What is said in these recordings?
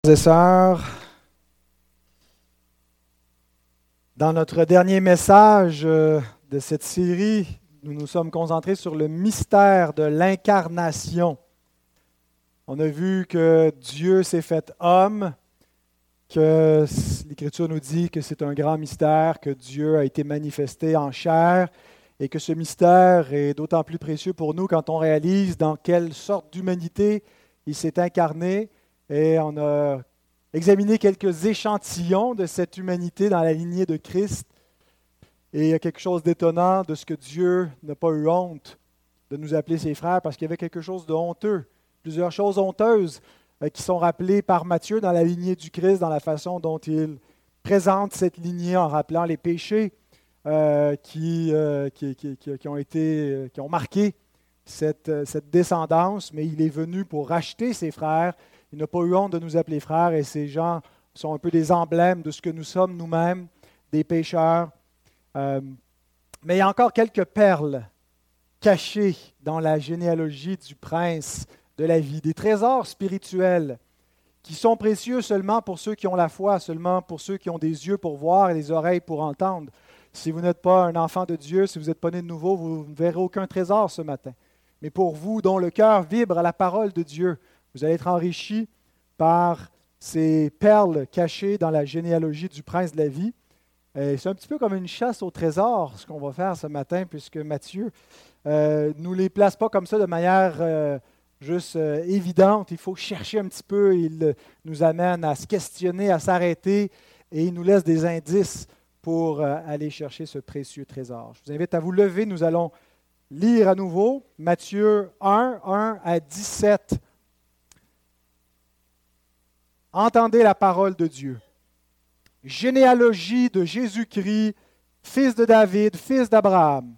Frères et sœurs, dans notre dernier message de cette série, nous nous sommes concentrés sur le mystère de l'incarnation. On a vu que Dieu s'est fait homme, que l'Écriture nous dit que c'est un grand mystère, que Dieu a été manifesté en chair et que ce mystère est d'autant plus précieux pour nous quand on réalise dans quelle sorte d'humanité il s'est incarné. Et on a examiné quelques échantillons de cette humanité dans la lignée de Christ. Et il y a quelque chose d'étonnant de ce que Dieu n'a pas eu honte de nous appeler ses frères, parce qu'il y avait quelque chose de honteux, plusieurs choses honteuses qui sont rappelées par Matthieu dans la lignée du Christ, dans la façon dont il présente cette lignée en rappelant les péchés qui ont marqué cette descendance, mais il est venu pour racheter ses frères. Il n'a pas eu honte de nous appeler frères, et ces gens sont un peu des emblèmes de ce que nous sommes nous-mêmes, des pécheurs. Mais il y a encore quelques perles cachées dans la généalogie du prince de la vie, des trésors spirituels qui sont précieux seulement pour ceux qui ont la foi, seulement pour ceux qui ont des yeux pour voir et des oreilles pour entendre. Si vous n'êtes pas un enfant de Dieu, si vous n'êtes pas né de nouveau, vous ne verrez aucun trésor ce matin. Mais pour vous, dont le cœur vibre à la parole de Dieu, vous allez être enrichis par ces perles cachées dans la généalogie du prince de la vie. C'est un petit peu comme une chasse au trésor, ce qu'on va faire ce matin, puisque Matthieu ne nous les place pas comme ça de manière juste évidente. Il faut chercher un petit peu. Il nous amène à se questionner, à s'arrêter, et il nous laisse des indices pour aller chercher ce précieux trésor. Je vous invite à vous lever. Nous allons lire à nouveau Matthieu 1, 1 à 17. Entendez la parole de Dieu. Généalogie de Jésus-Christ, fils de David, fils d'Abraham.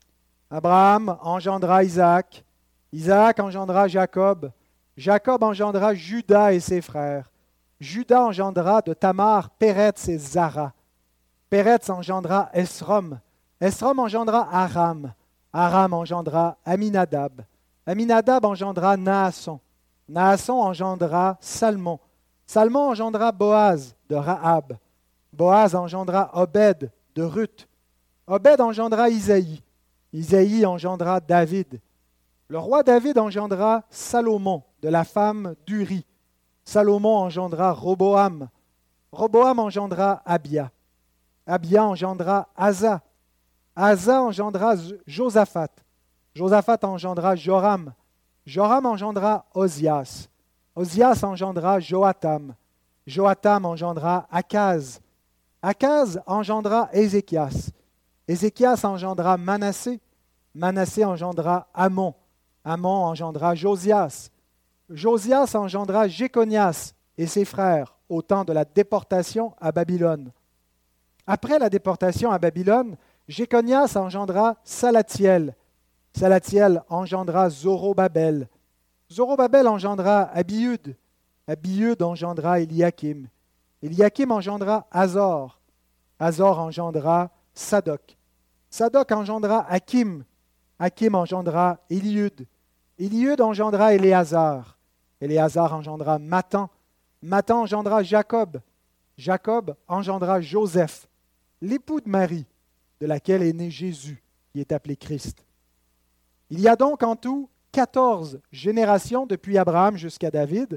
Abraham engendra Isaac. Isaac engendra Jacob. Jacob engendra Judas et ses frères. Judas engendra de Tamar Péretz et Zara. Péretz engendra Esrom. Esrom engendra Aram. Aram engendra Aminadab. Aminadab engendra Naasson. Naasson engendra Salmon. Salmon engendra Boaz de Rahab. Boaz engendra Obed de Ruth. Obed engendra Isaïe. Isaïe engendra David. Le roi David engendra Salomon de la femme d'Uri. Salomon engendra Roboam. Roboam engendra Abia. Abia engendra Asa. Asa engendra Josaphat. Josaphat engendra Joram. Joram engendra Ozias. Ozias engendra Joatam. Joatam engendra Akaz. Akaz engendra Ézéchias. Ézéchias engendra Manassé. Manassé engendra Amon. Amon engendra Josias. Josias engendra Jéconias et ses frères au temps de la déportation à Babylone. Après la déportation à Babylone, Jéconias engendra Salatiel. Salatiel engendra Zorobabel. Zorobabel engendra Abiud. Abiud engendra Eliakim. Eliakim engendra Azor. Azor engendra Sadoc. Sadoc engendra Hakim. Hakim engendra Eliud. Eliud engendra Éléazar. Éléazar engendra Matan. Matan engendra Jacob. Jacob engendra Joseph, l'époux de Marie, de laquelle est né Jésus, qui est appelé Christ. Il y a donc en tout 14 générations depuis Abraham jusqu'à David,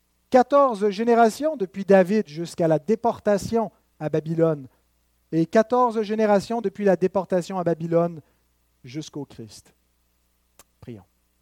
14 générations depuis David jusqu'à la déportation à Babylone, et 14 générations depuis la déportation à Babylone jusqu'au Christ. Prions.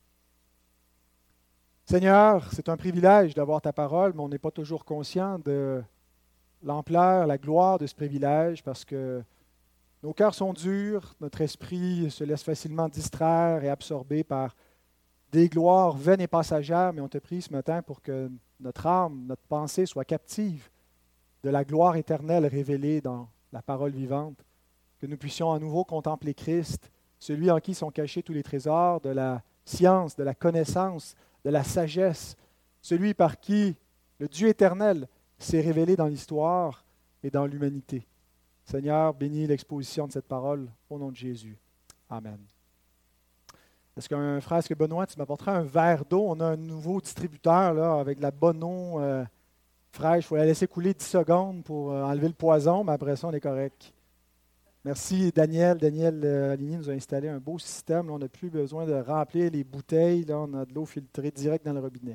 Seigneur, c'est un privilège d'avoir ta parole, mais on n'est pas toujours conscient de l'ampleur, la gloire de ce privilège, parce que nos cœurs sont durs, notre esprit se laisse facilement distraire et absorber par des gloires vaines et passagères, mais on te prie ce matin pour que notre âme, notre pensée soit captive de la gloire éternelle révélée dans la parole vivante, que nous puissions à nouveau contempler Christ, celui en qui sont cachés tous les trésors de la science, de la connaissance, de la sagesse, celui par qui le Dieu éternel s'est révélé dans l'histoire et dans l'humanité. Seigneur, bénis l'exposition de cette parole au nom de Jésus. Amen. Est-ce qu'un frère, est-ce que Benoît, tu m'apporteras un verre d'eau? On a un nouveau distributeur là, avec de la bonne eau fraîche. Il faut la laisser couler 10 secondes pour enlever le poison, mais après ça, on est correct. Merci Daniel. Daniel Aligny nous a installé un beau système. Là, on n'a plus besoin de remplir les bouteilles. Là, on a de l'eau filtrée direct dans le robinet.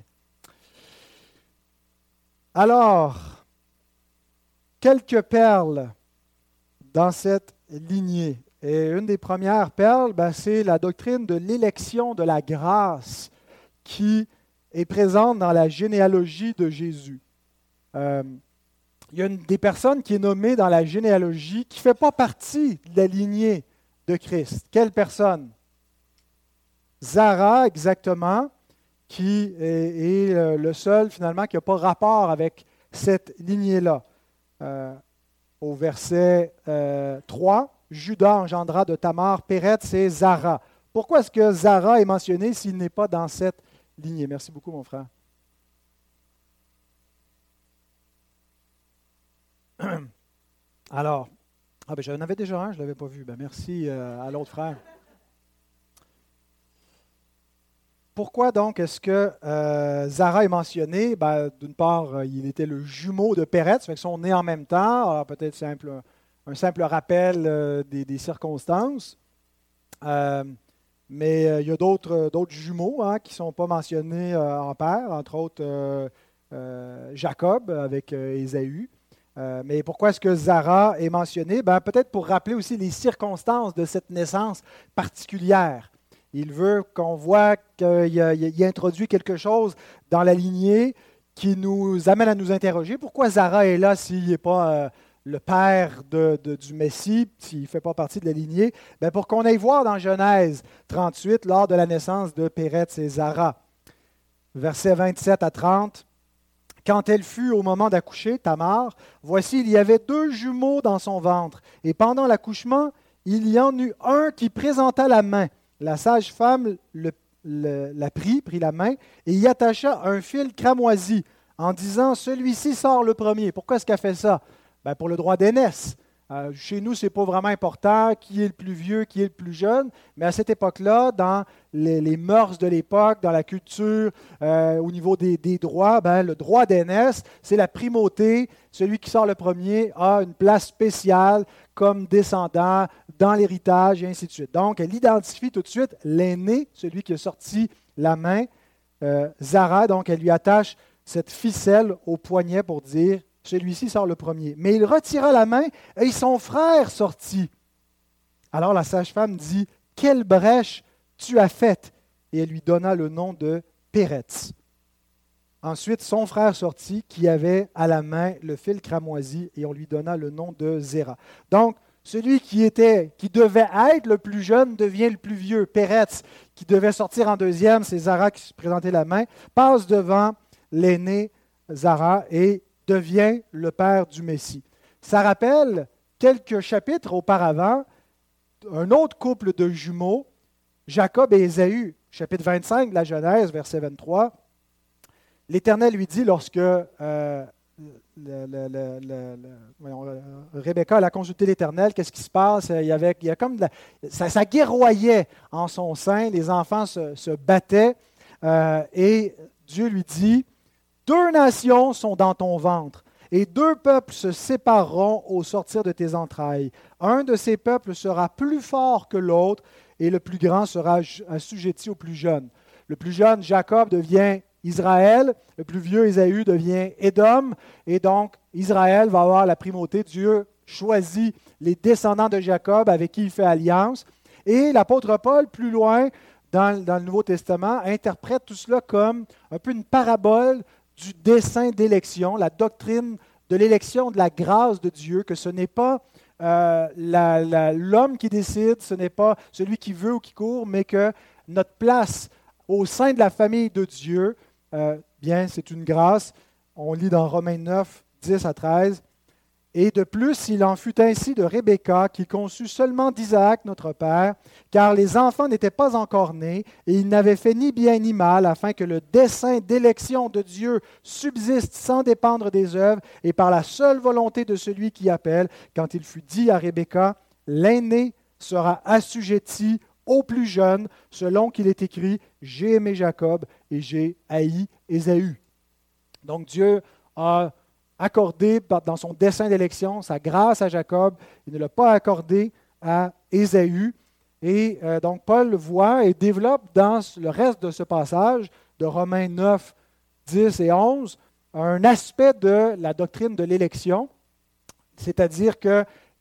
Alors, quelques perles dans cette lignée. Et une des premières perles, c'est la doctrine de l'élection de la grâce qui est présente dans la généalogie de Jésus. Il y a une des personnes qui est nommée dans la généalogie qui ne fait pas partie de la lignée de Christ. Quelle personne? Zara, exactement, qui est le seul, finalement, qui n'a pas rapport avec cette lignée-là. Au verset 3, Judas engendra de Tamar, Péretz et Zara. Pourquoi est-ce que Zara est mentionné s'il n'est pas dans cette lignée? Merci beaucoup, mon frère. Alors, j'en avais déjà un, je ne l'avais pas vu. Merci à l'autre frère. Pourquoi donc est-ce que Zara est mentionné? D'une part, il était le jumeau de Péretz, fait qu'ils sont nés en même temps. Alors peut-être un simple rappel des circonstances. Mais il y a d'autres jumeaux qui ne sont pas mentionnés en pair, entre autres Jacob avec Ésaü. Mais pourquoi est-ce que Zara est mentionnée? Peut-être pour rappeler aussi les circonstances de cette naissance particulière. Il veut qu'on voit qu'il introduit quelque chose dans la lignée qui nous amène à nous interroger. Pourquoi Zara est là s'il n'est pas le père du Messie, s'il ne fait pas partie de la lignée? Pour qu'on aille voir dans Genèse 38, lors de la naissance de Péretz et Zara. Versets 27 à 30. Quand elle fut au moment d'accoucher, Tamar, voici, il y avait 2 jumeaux dans son ventre. Et pendant l'accouchement, il y en eut un qui présenta la main. La sage-femme prit la main et y attacha un fil cramoisi en disant, celui-ci sort le premier. Pourquoi est-ce qu'elle fait ça? Pour le droit d'aînesse. Chez nous, ce n'est pas vraiment important qui est le plus vieux, qui est le plus jeune, mais à cette époque-là, dans les mœurs de l'époque, dans la culture, au niveau des droits, le droit d'aînesse, c'est la primauté. Celui qui sort le premier a une place spéciale comme descendant dans l'héritage et ainsi de suite. Donc, elle identifie tout de suite l'aîné, celui qui a sorti la main, Zara, donc elle lui attache cette ficelle au poignet pour dire celui-ci sort le premier. Mais il retira la main et son frère sortit. Alors la sage-femme dit, quelle brèche tu as faite? Et elle lui donna le nom de Péretz. Ensuite, son frère sortit qui avait à la main le fil cramoisi et on lui donna le nom de Zéra. Donc, celui qui devait être le plus jeune devient le plus vieux. Péretz, qui devait sortir en deuxième, c'est Zara qui se présentait la main, passe devant l'aîné Zara et devient le père du Messie. Ça rappelle quelques chapitres auparavant, un autre couple de jumeaux, Jacob et Ésaü, chapitre 25 de la Genèse, verset 23. L'Éternel lui dit lorsque Rebecca a consulté l'Éternel, qu'est-ce qui se passe? Il y a comme ça guerroyait en son sein, les enfants se battaient et Dieu lui dit, 2 nations sont dans ton ventre, et 2 peuples se sépareront au sortir de tes entrailles. Un de ces peuples sera plus fort que l'autre, et le plus grand sera assujetti au plus jeune. Le plus jeune, Jacob, devient Israël, le plus vieux, Ésaü, devient Édom, et donc Israël va avoir la primauté. Dieu choisit les descendants de Jacob avec qui il fait alliance. Et l'apôtre Paul, plus loin dans le Nouveau Testament, interprète tout cela comme un peu une parabole du dessein d'élection, la doctrine de l'élection de la grâce de Dieu, que ce n'est pas l'homme qui décide, ce n'est pas celui qui veut ou qui court, mais que notre place au sein de la famille de Dieu, c'est une grâce. On lit dans Romains 9, 10 à 13. Et de plus, il en fut ainsi de Rebecca, qui conçut seulement d'Isaac, notre père, car les enfants n'étaient pas encore nés, et il n'avait fait ni bien ni mal, afin que le dessein d'élection de Dieu subsiste sans dépendre des œuvres, et par la seule volonté de celui qui appelle, quand il fut dit à Rebecca, l'aîné sera assujetti au plus jeune, selon qu'il est écrit, j'ai aimé Jacob et j'ai haï Ésaü. Donc Dieu a accordé dans son dessein d'élection, sa grâce à Jacob. Il ne l'a pas accordé à Ésaü. Et donc, Paul voit et développe dans le reste de ce passage, de Romains 9, 10 et 11, un aspect de la doctrine de l'élection, c'est-à-dire que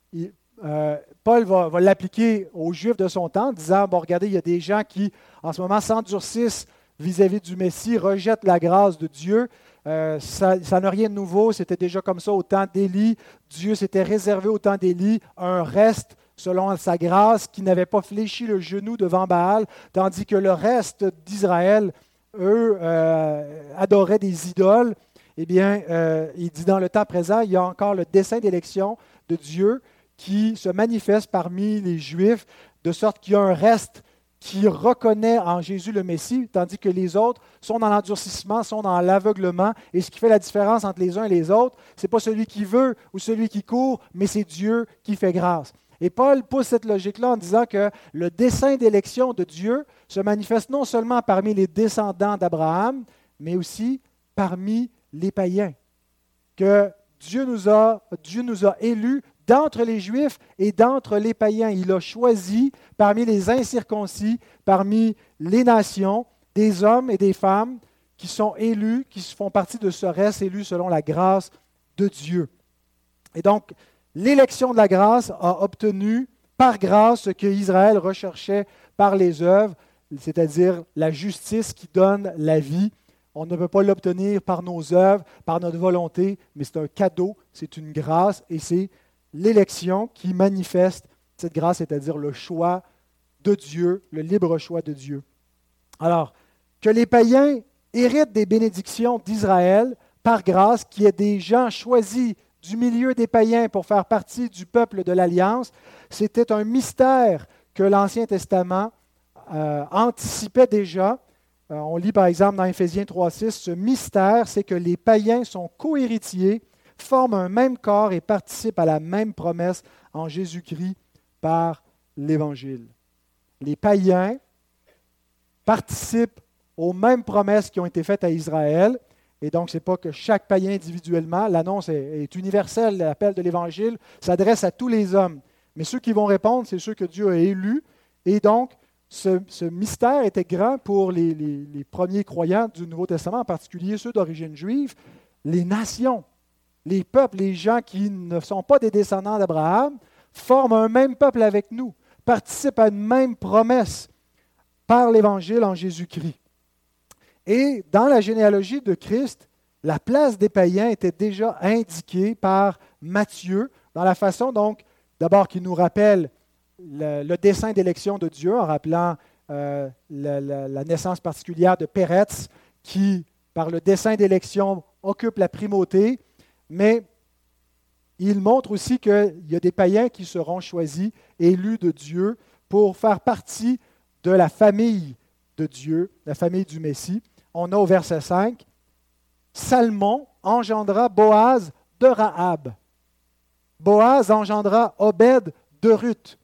Paul va l'appliquer aux Juifs de son temps, disant, bon, regardez, il y a des gens qui, en ce moment, s'endurcissent vis-à-vis du Messie, rejettent la grâce de Dieu. Ça n'a rien de nouveau, c'était déjà comme ça au temps d'Élie. Dieu s'était réservé au temps d'Élie un reste selon sa grâce qui n'avait pas fléchi le genou devant Baal, tandis que le reste d'Israël, eux, adoraient des idoles. Eh bien, il dit dans le temps présent, il y a encore le dessein d'élection de Dieu qui se manifeste parmi les Juifs, de sorte qu'il y a un reste qui reconnaît en Jésus le Messie, tandis que les autres sont dans l'endurcissement, sont dans l'aveuglement. Et ce qui fait la différence entre les uns et les autres, ce n'est pas celui qui veut ou celui qui court, mais c'est Dieu qui fait grâce. Et Paul pousse cette logique-là en disant que le dessein d'élection de Dieu se manifeste non seulement parmi les descendants d'Abraham, mais aussi parmi les païens. Que Dieu nous a élus d'entre les Juifs et d'entre les païens. Il a choisi parmi les incirconcis, parmi les nations, des hommes et des femmes qui sont élus, qui font partie de ce reste élus selon la grâce de Dieu. Et donc, l'élection de la grâce a obtenu par grâce ce que Israël recherchait par les œuvres, c'est-à-dire la justice qui donne la vie. On ne peut pas l'obtenir par nos œuvres, par notre volonté, mais c'est un cadeau, c'est une grâce et c'est l'élection qui manifeste cette grâce, c'est-à-dire le choix de Dieu, le libre choix de Dieu. Alors, que les païens héritent des bénédictions d'Israël par grâce, qui est des gens choisis du milieu des païens pour faire partie du peuple de l'Alliance, c'était un mystère que l'Ancien Testament anticipait déjà. On lit par exemple dans Éphésiens 3,6, ce mystère, c'est que les païens sont co-héritiers, forment un même corps et participent à la même promesse en Jésus-Christ par l'Évangile. Les païens participent aux mêmes promesses qui ont été faites à Israël. Et donc, ce n'est pas que chaque païen individuellement, l'annonce est universelle, l'appel de l'Évangile s'adresse à tous les hommes. Mais ceux qui vont répondre, c'est ceux que Dieu a élus. Et donc, ce mystère était grand pour les premiers croyants du Nouveau Testament, en particulier ceux d'origine juive, les nations, les peuples, les gens qui ne sont pas des descendants d'Abraham, forment un même peuple avec nous, participent à une même promesse par l'Évangile en Jésus-Christ. Et dans la généalogie de Christ, la place des païens était déjà indiquée par Matthieu, dans la façon donc, d'abord qu'il nous rappelle le dessein d'élection de Dieu, en rappelant la naissance particulière de Péretz, qui, par le dessein d'élection, occupe la primauté, mais il montre aussi qu'il y a des païens qui seront choisis, élus de Dieu, pour faire partie de la famille de Dieu, la famille du Messie. On a au verset 5, Salmon engendra Boaz de Rahab. Boaz engendra Obed de Ruth.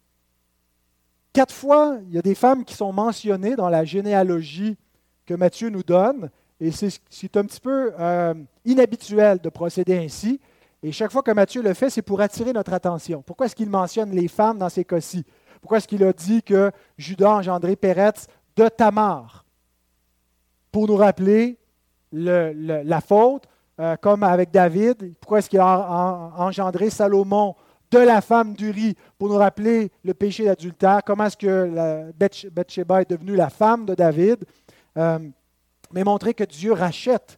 4 fois, il y a des femmes qui sont mentionnées dans la généalogie que Matthieu nous donne, et c'est un petit peu inhabituel de procéder ainsi. Et chaque fois que Matthieu le fait, c'est pour attirer notre attention. Pourquoi est-ce qu'il mentionne les femmes dans ces cas-ci? Pourquoi est-ce qu'il a dit que Judas a engendré Péretz de Tamar? Pour nous rappeler la faute, comme avec David. Pourquoi est-ce qu'il a engendré Salomon de la femme d'Uri? Pour nous rappeler le péché d'adultère. Comment est-ce que Bathsheba est devenue la femme de David? Mais montrer que Dieu rachète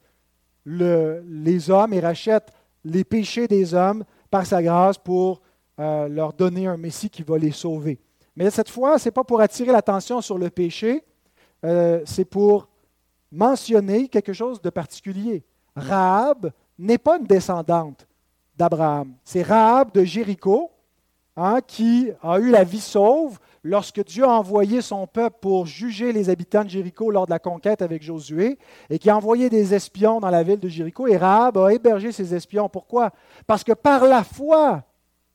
les hommes et rachète les péchés des hommes par sa grâce pour leur donner un Messie qui va les sauver. Mais cette fois, ce n'est pas pour attirer l'attention sur le péché, c'est pour mentionner quelque chose de particulier. Rahab n'est pas une descendante d'Abraham. C'est Rahab de Jéricho, qui a eu la vie sauve lorsque Dieu a envoyé son peuple pour juger les habitants de Jéricho lors de la conquête avec Josué, et qui a envoyé des espions dans la ville de Jéricho, et Rahab a hébergé ces espions. Pourquoi? Parce que par la foi,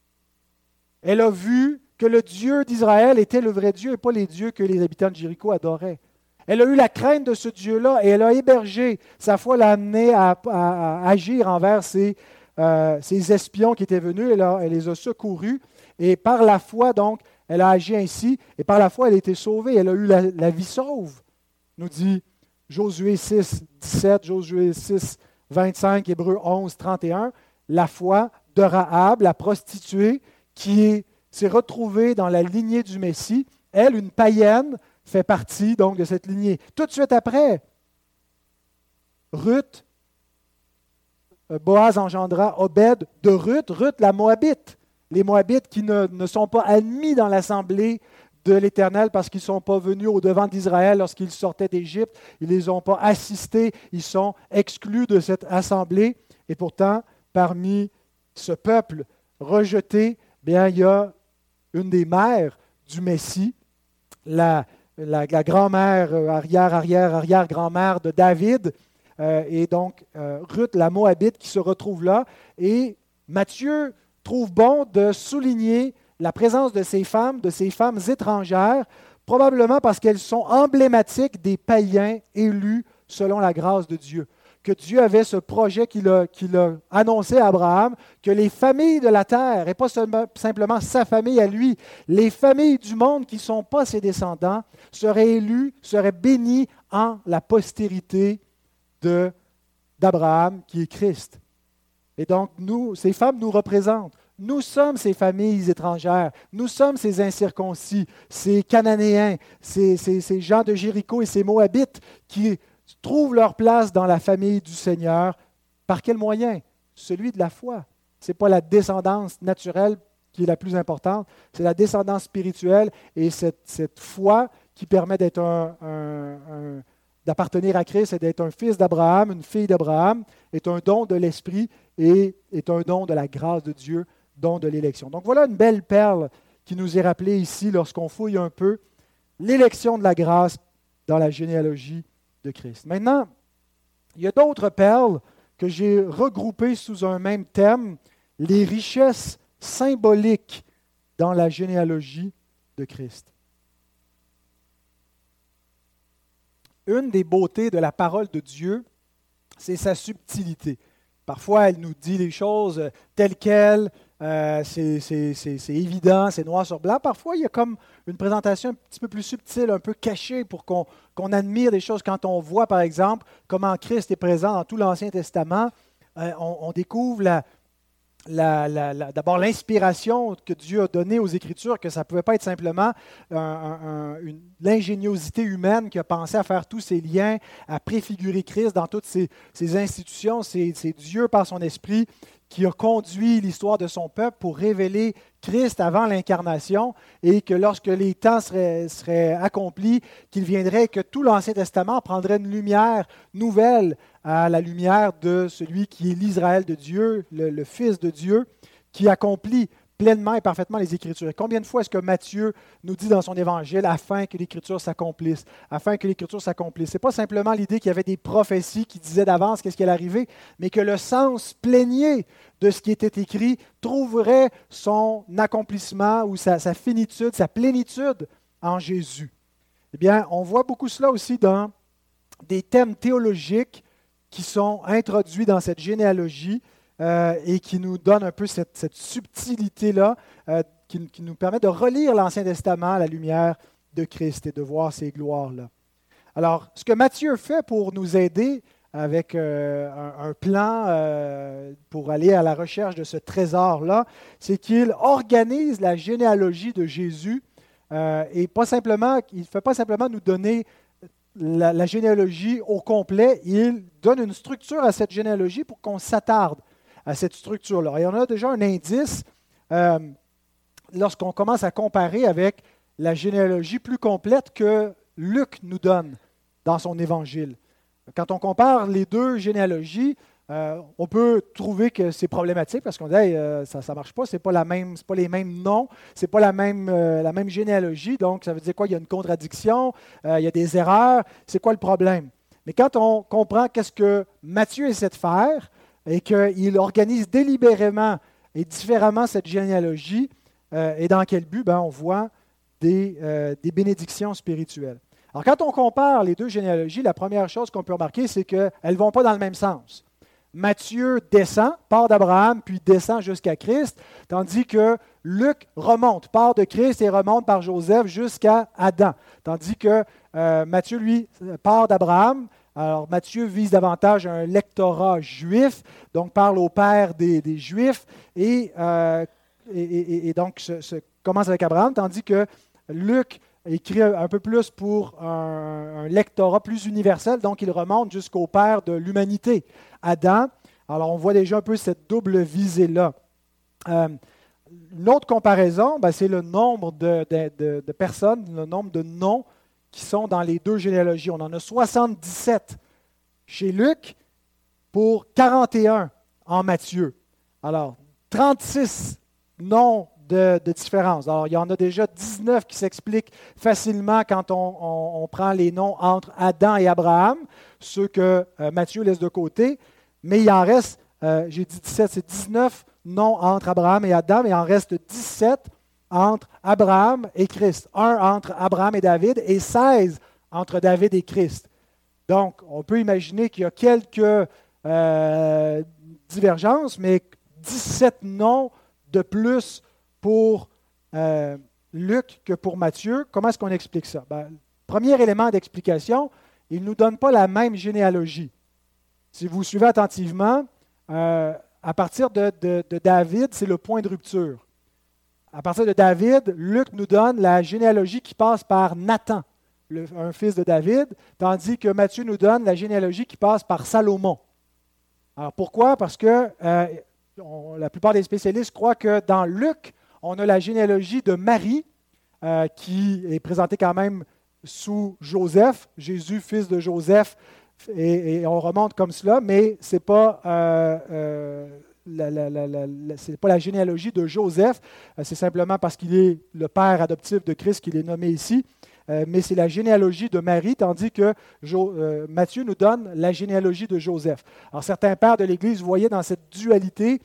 elle a vu que le Dieu d'Israël était le vrai Dieu et pas les dieux que les habitants de Jéricho adoraient. Elle a eu la crainte de ce Dieu-là et elle a hébergé. Sa foi l'a amené à agir envers ces ces espions qui étaient venus, elle les a secourus. Et par la foi, donc, elle a agi ainsi. Et par la foi, elle a été sauvée. Elle a eu la vie sauve, nous dit Josué 6, 17, Josué 6, 25, Hébreux 11, 31. La foi de Rahab, la prostituée, qui s'est retrouvée dans la lignée du Messie. Elle, une païenne, fait partie donc de cette lignée. Tout de suite après, Ruth, Boaz engendra Obed de Ruth, Ruth la Moabite. Les Moabites qui ne sont pas admis dans l'assemblée de l'Éternel parce qu'ils ne sont pas venus au-devant d'Israël lorsqu'ils sortaient d'Égypte. Ils ne les ont pas assistés. Ils sont exclus de cette assemblée. Et pourtant, parmi ce peuple rejeté, bien, il y a une des mères du Messie, la grand-mère, arrière-grand-mère de David, et donc Ruth, la Moabite, qui se retrouve là. Et Matthieu trouve bon de souligner la présence de ces femmes étrangères, probablement parce qu'elles sont emblématiques des païens élus selon la grâce de Dieu. Que Dieu avait ce projet qu'il a annoncé à Abraham, que les familles de la terre, et pas simplement sa famille à lui, les familles du monde qui ne sont pas ses descendants, seraient élues, seraient bénies en la postérité d'Abraham, qui est Christ. Et donc, ces femmes nous représentent. Nous sommes ces familles étrangères. Nous sommes ces incirconcis, ces Cananéens, ces gens de Jéricho et ces Moabites qui trouvent leur place dans la famille du Seigneur. Par quel moyen? Celui de la foi. Ce n'est pas la descendance naturelle qui est la plus importante, c'est la descendance spirituelle et cette foi qui permet d'appartenir à Christ et d'être un fils d'Abraham, une fille d'Abraham, est un don de l'Esprit et est un don de la grâce de Dieu, don de l'élection. Donc voilà une belle perle qui nous est rappelée ici lorsqu'on fouille un peu l'élection de la grâce dans la généalogie de Christ. Maintenant, il y a d'autres perles que j'ai regroupées sous un même thème, les richesses symboliques dans la généalogie de Christ. Une des beautés de la parole de Dieu, c'est sa subtilité. Parfois, elle nous dit les choses telles quelles, c'est évident, c'est noir sur blanc. Parfois, il y a comme une présentation un petit peu plus subtile, un peu cachée pour qu'on admire des choses. Quand on voit, par exemple, comment Christ est présent dans tout l'Ancien Testament, on découvre d'abord l'inspiration que Dieu a donnée aux Écritures, que ça ne pouvait pas être simplement l'ingéniosité humaine qui a pensé à faire tous ces liens, à préfigurer Christ dans toutes ces institutions. C'est Dieu par son esprit qui a conduit l'histoire de son peuple pour révéler Christ avant l'incarnation et que lorsque les temps seraient accomplis, qu'il viendrait, que tout l'Ancien Testament prendrait une lumière nouvelle à la lumière de celui qui est l'Israël de Dieu, le Fils de Dieu, qui accomplit pleinement et parfaitement les Écritures. Et combien de fois est-ce que Matthieu nous dit dans son Évangile « afin que l'Écriture s'accomplisse », afin que l'Écriture s'accomplisse. Ce n'est pas simplement l'idée qu'il y avait des prophéties qui disaient d'avance qu'est-ce qui allait arriver, mais que le sens plénier de ce qui était écrit trouverait son accomplissement ou sa finitude, sa plénitude en Jésus. Eh bien, on voit beaucoup cela aussi dans des thèmes théologiques qui sont introduits dans cette généalogie et qui nous donnent un peu cette subtilité-là, qui nous permet de relire l'Ancien Testament à la lumière de Christ et de voir ces gloires-là. Alors, ce que Matthieu fait pour nous aider avec un plan pour aller à la recherche de ce trésor-là, c'est qu'il organise la généalogie de Jésus et pas simplement, il ne fait pas simplement nous donner la généalogie au complet, il donne une structure à cette généalogie pour qu'on s'attarde à cette structure-là. Et on a déjà un indice lorsqu'on commence à comparer avec la généalogie plus complète que Luc nous donne dans son évangile. Quand on compare les deux généalogies, on peut trouver que c'est problématique parce qu'on dit hey, ça ne marche pas, c'est pas les mêmes noms, c'est pas la même généalogie, donc ça veut dire quoi? Il y a une contradiction, il y a des erreurs, c'est quoi le problème? Mais quand on comprend qu'est-ce que Matthieu essaie de faire et qu'il organise délibérément et différemment cette généalogie, et dans quel but, on voit des bénédictions spirituelles. Alors, quand on compare les deux généalogies, la première chose qu'on peut remarquer, c'est qu'elles ne vont pas dans le même sens. Matthieu descend, part d'Abraham, puis descend jusqu'à Christ, tandis que Luc remonte, part de Christ et remonte par Joseph jusqu'à Adam. Tandis que Matthieu, lui, part d'Abraham. Alors, Matthieu vise davantage un lectorat juif, donc parle au père des Juifs, et donc commence avec Abraham, tandis que Luc écrit un peu plus pour un lectorat plus universel, donc il remonte jusqu'au père de l'humanité, Adam. Alors, on voit déjà un peu cette double visée-là. Une autre comparaison, c'est le nombre de personnes, le nombre de noms qui sont dans les deux généalogies. On en a 77 chez Luc pour 41 en Matthieu. Alors, 36 noms de différence. Alors, il y en a déjà 19 qui s'expliquent facilement quand on prend les noms entre Adam et Abraham, ceux que Matthieu laisse de côté, mais il en reste, j'ai dit 17, c'est 19 noms entre Abraham et Adam, et il en reste 17 entre Abraham et Christ. Un entre Abraham et David et 16 entre David et Christ. Donc, on peut imaginer qu'il y a quelques divergences, mais 17 noms de plus pour Luc que pour Matthieu. Comment est-ce qu'on explique ça? Premier élément d'explication, il ne nous donne pas la même généalogie. Si vous suivez attentivement, à partir de David, c'est le point de rupture. À partir de David, Luc nous donne la généalogie qui passe par Nathan, un fils de David, tandis que Matthieu nous donne la généalogie qui passe par Salomon. Alors pourquoi? Parce que la plupart des spécialistes croient que dans Luc, on a la généalogie de Marie, qui est présentée quand même sous Joseph, Jésus, fils de Joseph, et on remonte comme cela, mais ce n'est pas... ce n'est pas la généalogie de Joseph, c'est simplement parce qu'il est le père adoptif de Christ qu'il est nommé ici, mais c'est la généalogie de Marie, tandis que Matthieu nous donne la généalogie de Joseph. Alors certains pères de l'Église voyaient dans cette dualité,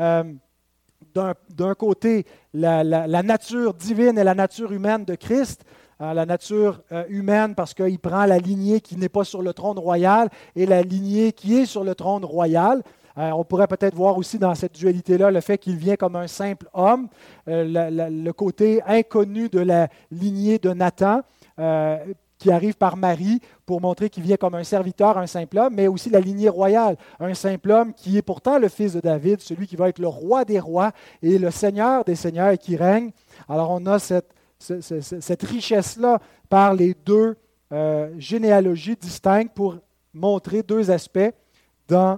d'un côté, la nature divine et la nature humaine de Christ, la nature humaine parce qu'il prend la lignée qui n'est pas sur le trône royal et la lignée qui est sur le trône royal. On pourrait peut-être voir aussi dans cette dualité-là le fait qu'il vient comme un simple homme, le côté inconnu de la lignée de Nathan, qui arrive par Marie pour montrer qu'il vient comme un serviteur, un simple homme, mais aussi la lignée royale, un simple homme qui est pourtant le fils de David, celui qui va être le roi des rois et le seigneur des seigneurs et qui règne. Alors on a cette richesse-là par les deux généalogies distinctes pour montrer deux aspects dans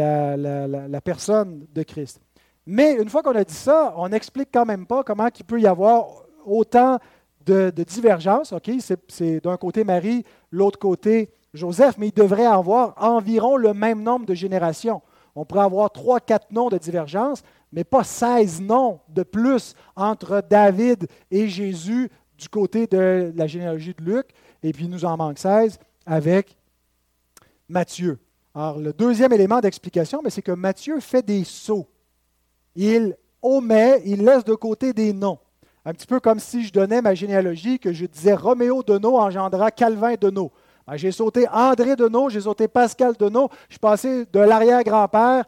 la personne de Christ. Mais une fois qu'on a dit ça, on n'explique quand même pas comment il peut y avoir autant de divergences. Okay? C'est d'un côté Marie, l'autre côté Joseph, mais il devrait avoir environ le même nombre de générations. On pourrait avoir 3-4 noms de divergence, mais pas 16 noms de plus entre David et Jésus du côté de la généalogie de Luc, et puis il nous en manque 16 avec Matthieu. Alors, le deuxième élément d'explication, c'est que Matthieu fait des sauts. Il omet, il laisse de côté des noms. Un petit peu comme si je donnais ma généalogie, que je disais Roméo Deneau engendra Calvin Deneau. J'ai sauté André Deneau, j'ai sauté Pascal Deneau, je suis passé de l'arrière-grand-père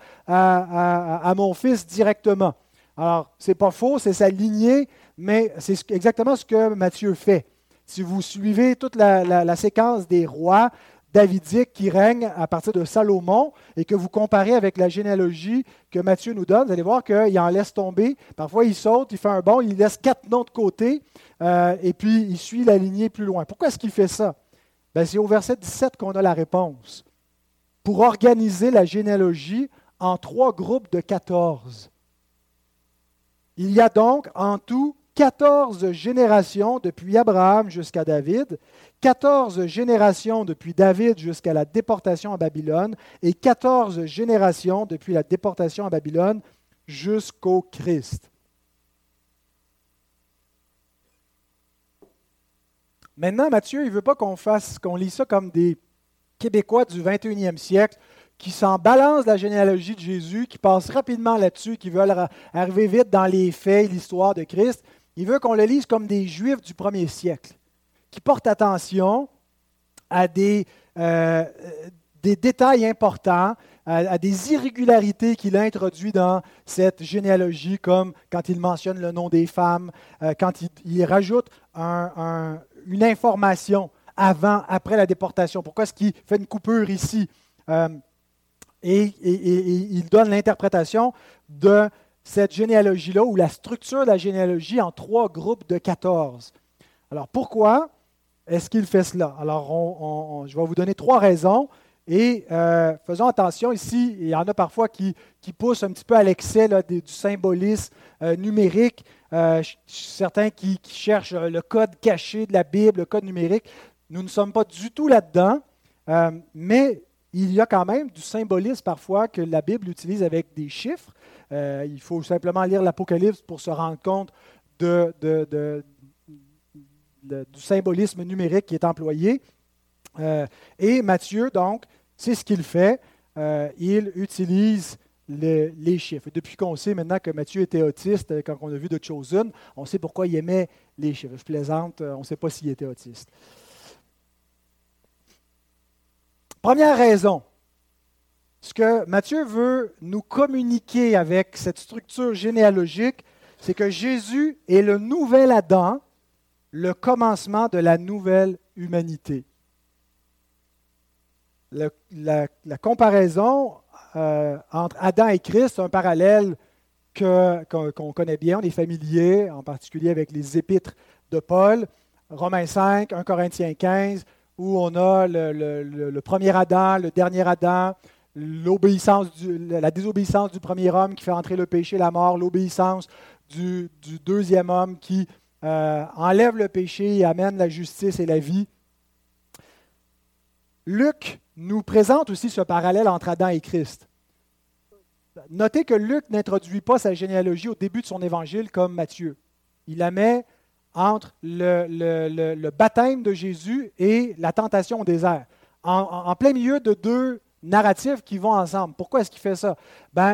à mon fils directement. Alors, ce n'est pas faux, c'est sa lignée, mais c'est exactement ce que Matthieu fait. Si vous suivez toute la séquence des rois davidiques qui règnent à partir de Salomon et que vous comparez avec la généalogie que Matthieu nous donne, vous allez voir qu'il en laisse tomber. Parfois, il saute, il fait un bond, il laisse 4 noms de côté et puis il suit la lignée plus loin. Pourquoi est-ce qu'il fait ça? C'est au verset 17 qu'on a la réponse. Pour organiser la généalogie en 3 groupes de 14. Il y a donc en tout 14 générations depuis Abraham jusqu'à David, 14 générations depuis David jusqu'à la déportation à Babylone et 14 générations depuis la déportation à Babylone jusqu'au Christ. Maintenant, Matthieu, il ne veut pas qu'on lise ça comme des Québécois du 21e siècle qui s'en balancent la généalogie de Jésus, qui passent rapidement là-dessus, qui veulent arriver vite dans les faits et l'histoire de Christ. Il veut qu'on le lise comme des Juifs du 1er siècle, qui portent attention à des des détails importants, à des irrégularités qu'il a introduits dans cette généalogie, comme quand il mentionne le nom des femmes, quand il rajoute une information avant, après la déportation. Pourquoi est-ce qu'il fait une coupure ici? Et il donne l'interprétation de cette généalogie-là, ou la structure de la généalogie en 3 groupes de 14. Alors, pourquoi est-ce qu'il fait cela? Alors, je vais vous donner 3 raisons. Et faisons attention ici, il y en a parfois qui poussent un petit peu à l'excès là, du symbolisme numérique, certains qui cherchent le code caché de la Bible, le code numérique. Nous ne sommes pas du tout là-dedans, mais il y a quand même du symbolisme parfois que la Bible utilise avec des chiffres. Il faut simplement lire l'Apocalypse pour se rendre compte du symbolisme numérique qui est employé. Et Matthieu, donc, c'est ce qu'il fait. Il utilise les chiffres. Et depuis qu'on sait maintenant que Matthieu était autiste, quand on a vu The Chosen, on sait pourquoi il aimait les chiffres. Je plaisante, on ne sait pas s'il était autiste. Première raison, ce que Matthieu veut nous communiquer avec cette structure généalogique, c'est que Jésus est le nouvel Adam, le commencement de la nouvelle humanité. La comparaison entre Adam et Christ, c'est un parallèle qu'on connaît bien, on est familier, en particulier avec les épîtres de Paul, Romains 5, 1 Corinthiens 15, où on a le premier Adam, le dernier Adam, la désobéissance du premier homme qui fait entrer le péché, la mort, l'obéissance du deuxième homme qui enlève le péché et amène la justice et la vie. Luc nous présente aussi ce parallèle entre Adam et Christ. Notez que Luc n'introduit pas sa généalogie au début de son évangile comme Matthieu. Il la met entre le baptême de Jésus et la tentation au désert, en plein milieu de 2 narratifs qui vont ensemble. Pourquoi est-ce qu'il fait ça?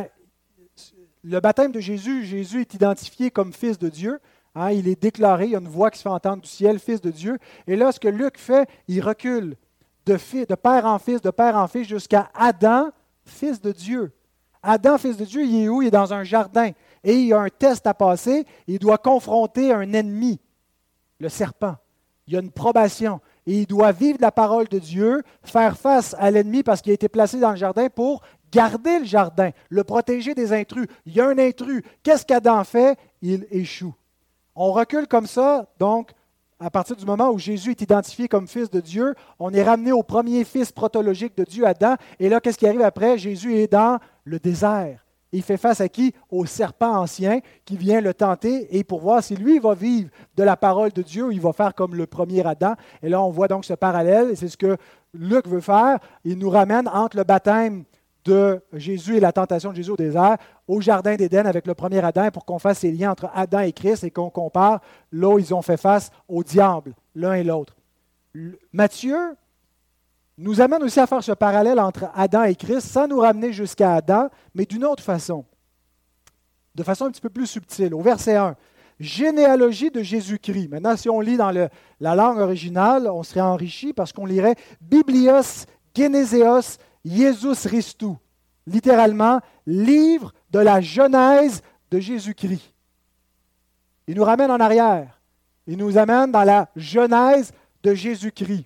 Le baptême de Jésus, Jésus est identifié comme fils de Dieu. Il est déclaré, il y a une voix qui se fait entendre du ciel, fils de Dieu. Et là, ce que Luc fait, il recule de père en fils, jusqu'à Adam, fils de Dieu. Adam, fils de Dieu, il est où? Il est dans un jardin. Et il y a un test à passer. Il doit confronter un ennemi, le serpent. Il y a une probation. Et il doit vivre la parole de Dieu, faire face à l'ennemi parce qu'il a été placé dans le jardin pour garder le jardin, le protéger des intrus. Il y a un intrus. Qu'est-ce qu'Adam fait? Il échoue. On recule comme ça, donc, à partir du moment où Jésus est identifié comme fils de Dieu, on est ramené au premier fils protologique de Dieu, Adam. Et là, qu'est-ce qui arrive après? Jésus est dans le désert. Il fait face à qui? Au serpent ancien qui vient le tenter et pour voir si lui va vivre de la parole de Dieu ou il va faire comme le premier Adam. Et là, on voit donc ce parallèle et c'est ce que Luc veut faire. Il nous ramène entre le baptême de Jésus et la tentation de Jésus au désert, au jardin d'Éden avec le premier Adam pour qu'on fasse ces liens entre Adam et Christ et qu'on compare là où ils ont fait face au diable, l'un et l'autre. Matthieu nous amène aussi à faire ce parallèle entre Adam et Christ sans nous ramener jusqu'à Adam, mais d'une autre façon, de façon un petit peu plus subtile. Au verset 1, généalogie de Jésus-Christ. Maintenant, si on lit dans la langue originale, on serait enrichi parce qu'on lirait Biblios Geneseos Jesus Christou, littéralement, livre de la Genèse de Jésus-Christ. Il nous ramène en arrière. Il nous amène dans la Genèse de Jésus-Christ.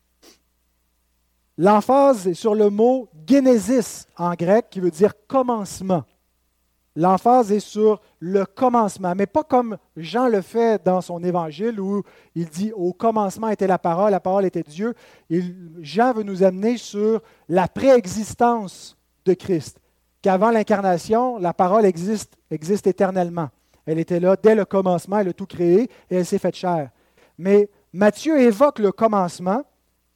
L'emphase est sur le mot Genesis en grec, qui veut dire commencement. L'emphase est sur le commencement, mais pas comme Jean le fait dans son évangile où il dit « Au commencement était la parole était Dieu ». Jean veut nous amener sur la préexistence de Christ, qu'avant l'incarnation, la parole existe éternellement. Elle était là dès le commencement, elle a tout créé et elle s'est faite chair. Mais Matthieu évoque le commencement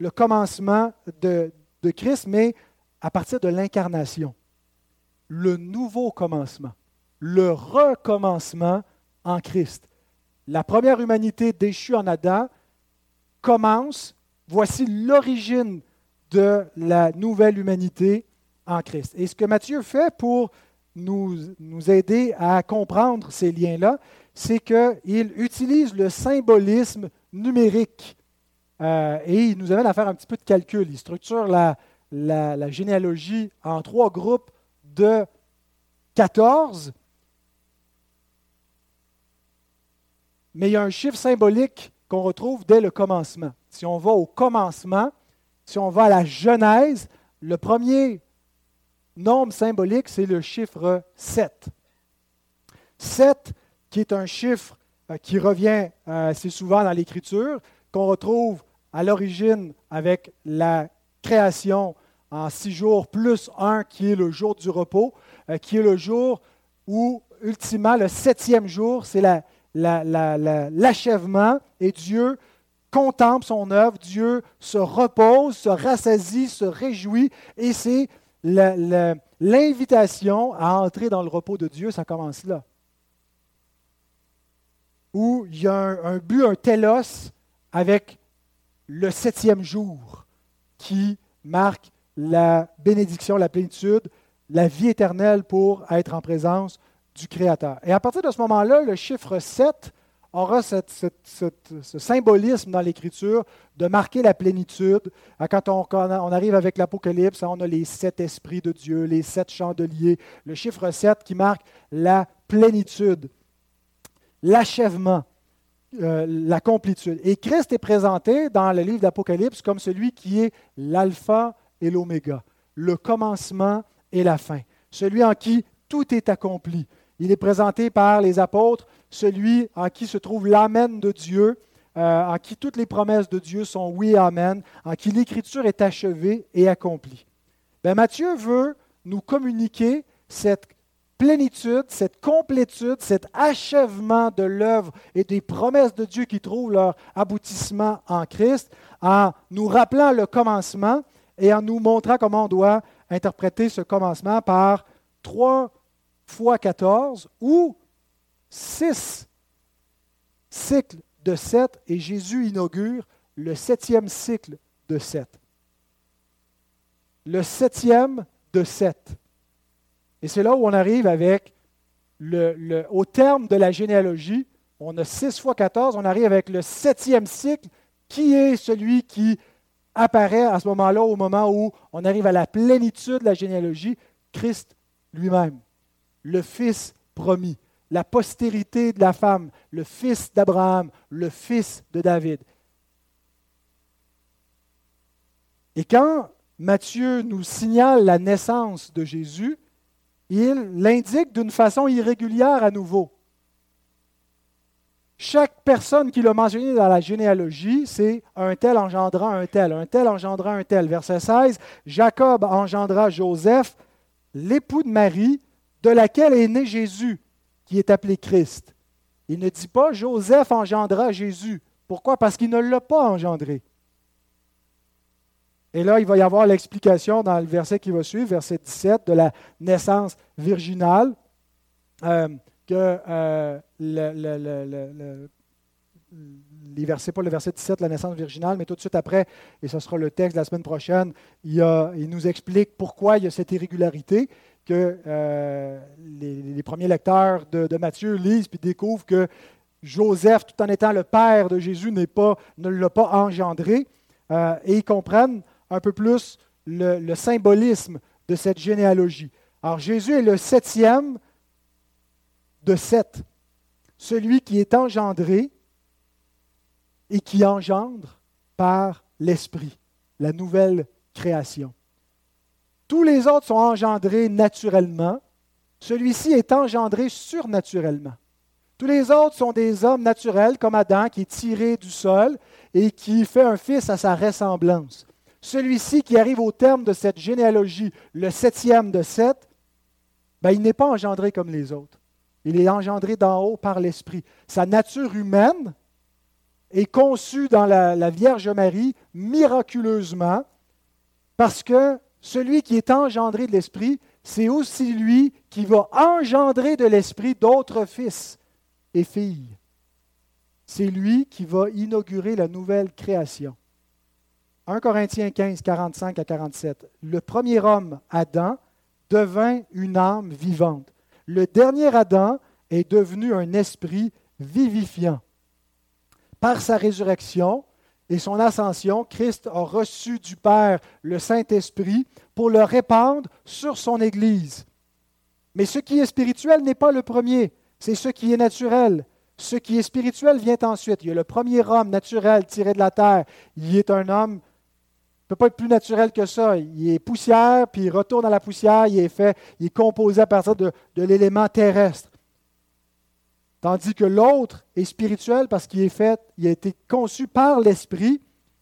de Christ, mais à partir de l'incarnation. Le nouveau commencement, le recommencement en Christ. La première humanité déchue en Adam commence, voici l'origine de la nouvelle humanité en Christ. Et ce que Matthieu fait pour nous aider à comprendre ces liens-là, c'est qu'il utilise le symbolisme numérique et il nous amène à faire un petit peu de calcul. Il structure la généalogie en 3 groupes de 14, mais il y a un chiffre symbolique qu'on retrouve dès le commencement. Si on va au commencement, si on va à la Genèse, le premier nombre symbolique, c'est le chiffre 7. 7, qui est un chiffre qui revient assez souvent dans l'Écriture, qu'on retrouve à l'origine avec la création en 6 jours, plus 1 qui est le jour du repos, qui est le jour où, ultimement, le 7e jour, c'est l'achèvement et Dieu contemple son œuvre, Dieu se repose, se rassasie, se réjouit et c'est l'invitation à entrer dans le repos de Dieu, ça commence là. Où il y a un but, un télos avec le 7e jour qui marque la bénédiction, la plénitude, la vie éternelle pour être en présence du Créateur. Et à partir de ce moment-là, le chiffre 7 aura ce symbolisme dans l'Écriture de marquer la plénitude. Quand on arrive avec l'Apocalypse, on a les 7 esprits de Dieu, les 7 chandeliers, le chiffre 7 qui marque la plénitude, l'achèvement, la complétude. Et Christ est présenté dans le livre d'Apocalypse comme celui qui est l'alpha et l'oméga, le commencement et la fin, celui en qui tout est accompli. Il est présenté par les apôtres, celui en qui se trouve l'Amen de Dieu, en qui toutes les promesses de Dieu sont oui et Amen, en qui l'Écriture est achevée et accomplie. Matthieu veut nous communiquer cette plénitude, cette complétude, cet achèvement de l'œuvre et des promesses de Dieu qui trouvent leur aboutissement en Christ, en nous rappelant le commencement et en nous montrant comment on doit interpréter ce commencement par 3 fois 14 ou 6 cycles de 7 et Jésus inaugure le 7e cycle de 7. Le 7e de 7. Et c'est là où on arrive avec, au terme de la généalogie, on a 6 fois 14, on arrive avec le 7e cycle, qui est celui qui apparaît à ce moment-là, au moment où on arrive à la plénitude de la généalogie, Christ lui-même, le Fils promis, la postérité de la femme, le fils d'Abraham, le fils de David. Et quand Matthieu nous signale la naissance de Jésus, il l'indique d'une façon irrégulière à nouveau. Chaque personne qui l'a mentionné dans la généalogie, c'est un tel engendra un tel engendra un tel. Verset 16, Jacob engendra Joseph, l'époux de Marie, de laquelle est né Jésus, qui est appelé Christ. Il ne dit pas Joseph engendra Jésus. Pourquoi? Parce qu'il ne l'a pas engendré. Et là, il va y avoir l'explication dans le verset qui va suivre, verset 17, de la naissance virginale, les versets, pas le verset 17, la naissance virginale, mais tout de suite après, et ce sera le texte de la semaine prochaine, il nous explique pourquoi il y a cette irrégularité, que les premiers lecteurs de Matthieu lisent puis découvrent que Joseph, tout en étant le père de Jésus, ne l'a pas engendré, et ils comprennent un peu plus le symbolisme de cette généalogie. Alors Jésus est le 7e de 7, celui qui est engendré et qui engendre par l'Esprit, la nouvelle création. Tous les autres sont engendrés naturellement, celui-ci est engendré surnaturellement. Tous les autres sont des hommes naturels comme Adam qui est tiré du sol et qui fait un fils à sa ressemblance. Celui-ci qui arrive au terme de cette généalogie, le 7e de 7, il n'est pas engendré comme les autres. Il est engendré d'en haut par l'Esprit. Sa nature humaine est conçue dans la Vierge Marie miraculeusement parce que celui qui est engendré de l'Esprit, c'est aussi lui qui va engendrer de l'Esprit d'autres fils et filles. C'est lui qui va inaugurer la nouvelle création. 1 Corinthiens 15, 45 à 47. Le premier homme, Adam, devint une âme vivante. Le dernier Adam est devenu un esprit vivifiant. Par sa résurrection, et son ascension, Christ a reçu du Père le Saint-Esprit pour le répandre sur son Église. Mais ce qui est spirituel n'est pas le premier, c'est ce qui est naturel. Ce qui est spirituel vient ensuite. Il y a le premier homme naturel tiré de la terre. Il est un homme, il ne peut pas être plus naturel que ça. Il est poussière, puis il retourne à la poussière, il est composé à partir de l'élément terrestre. Tandis que l'autre est spirituel parce qu'il il a été conçu par l'Esprit,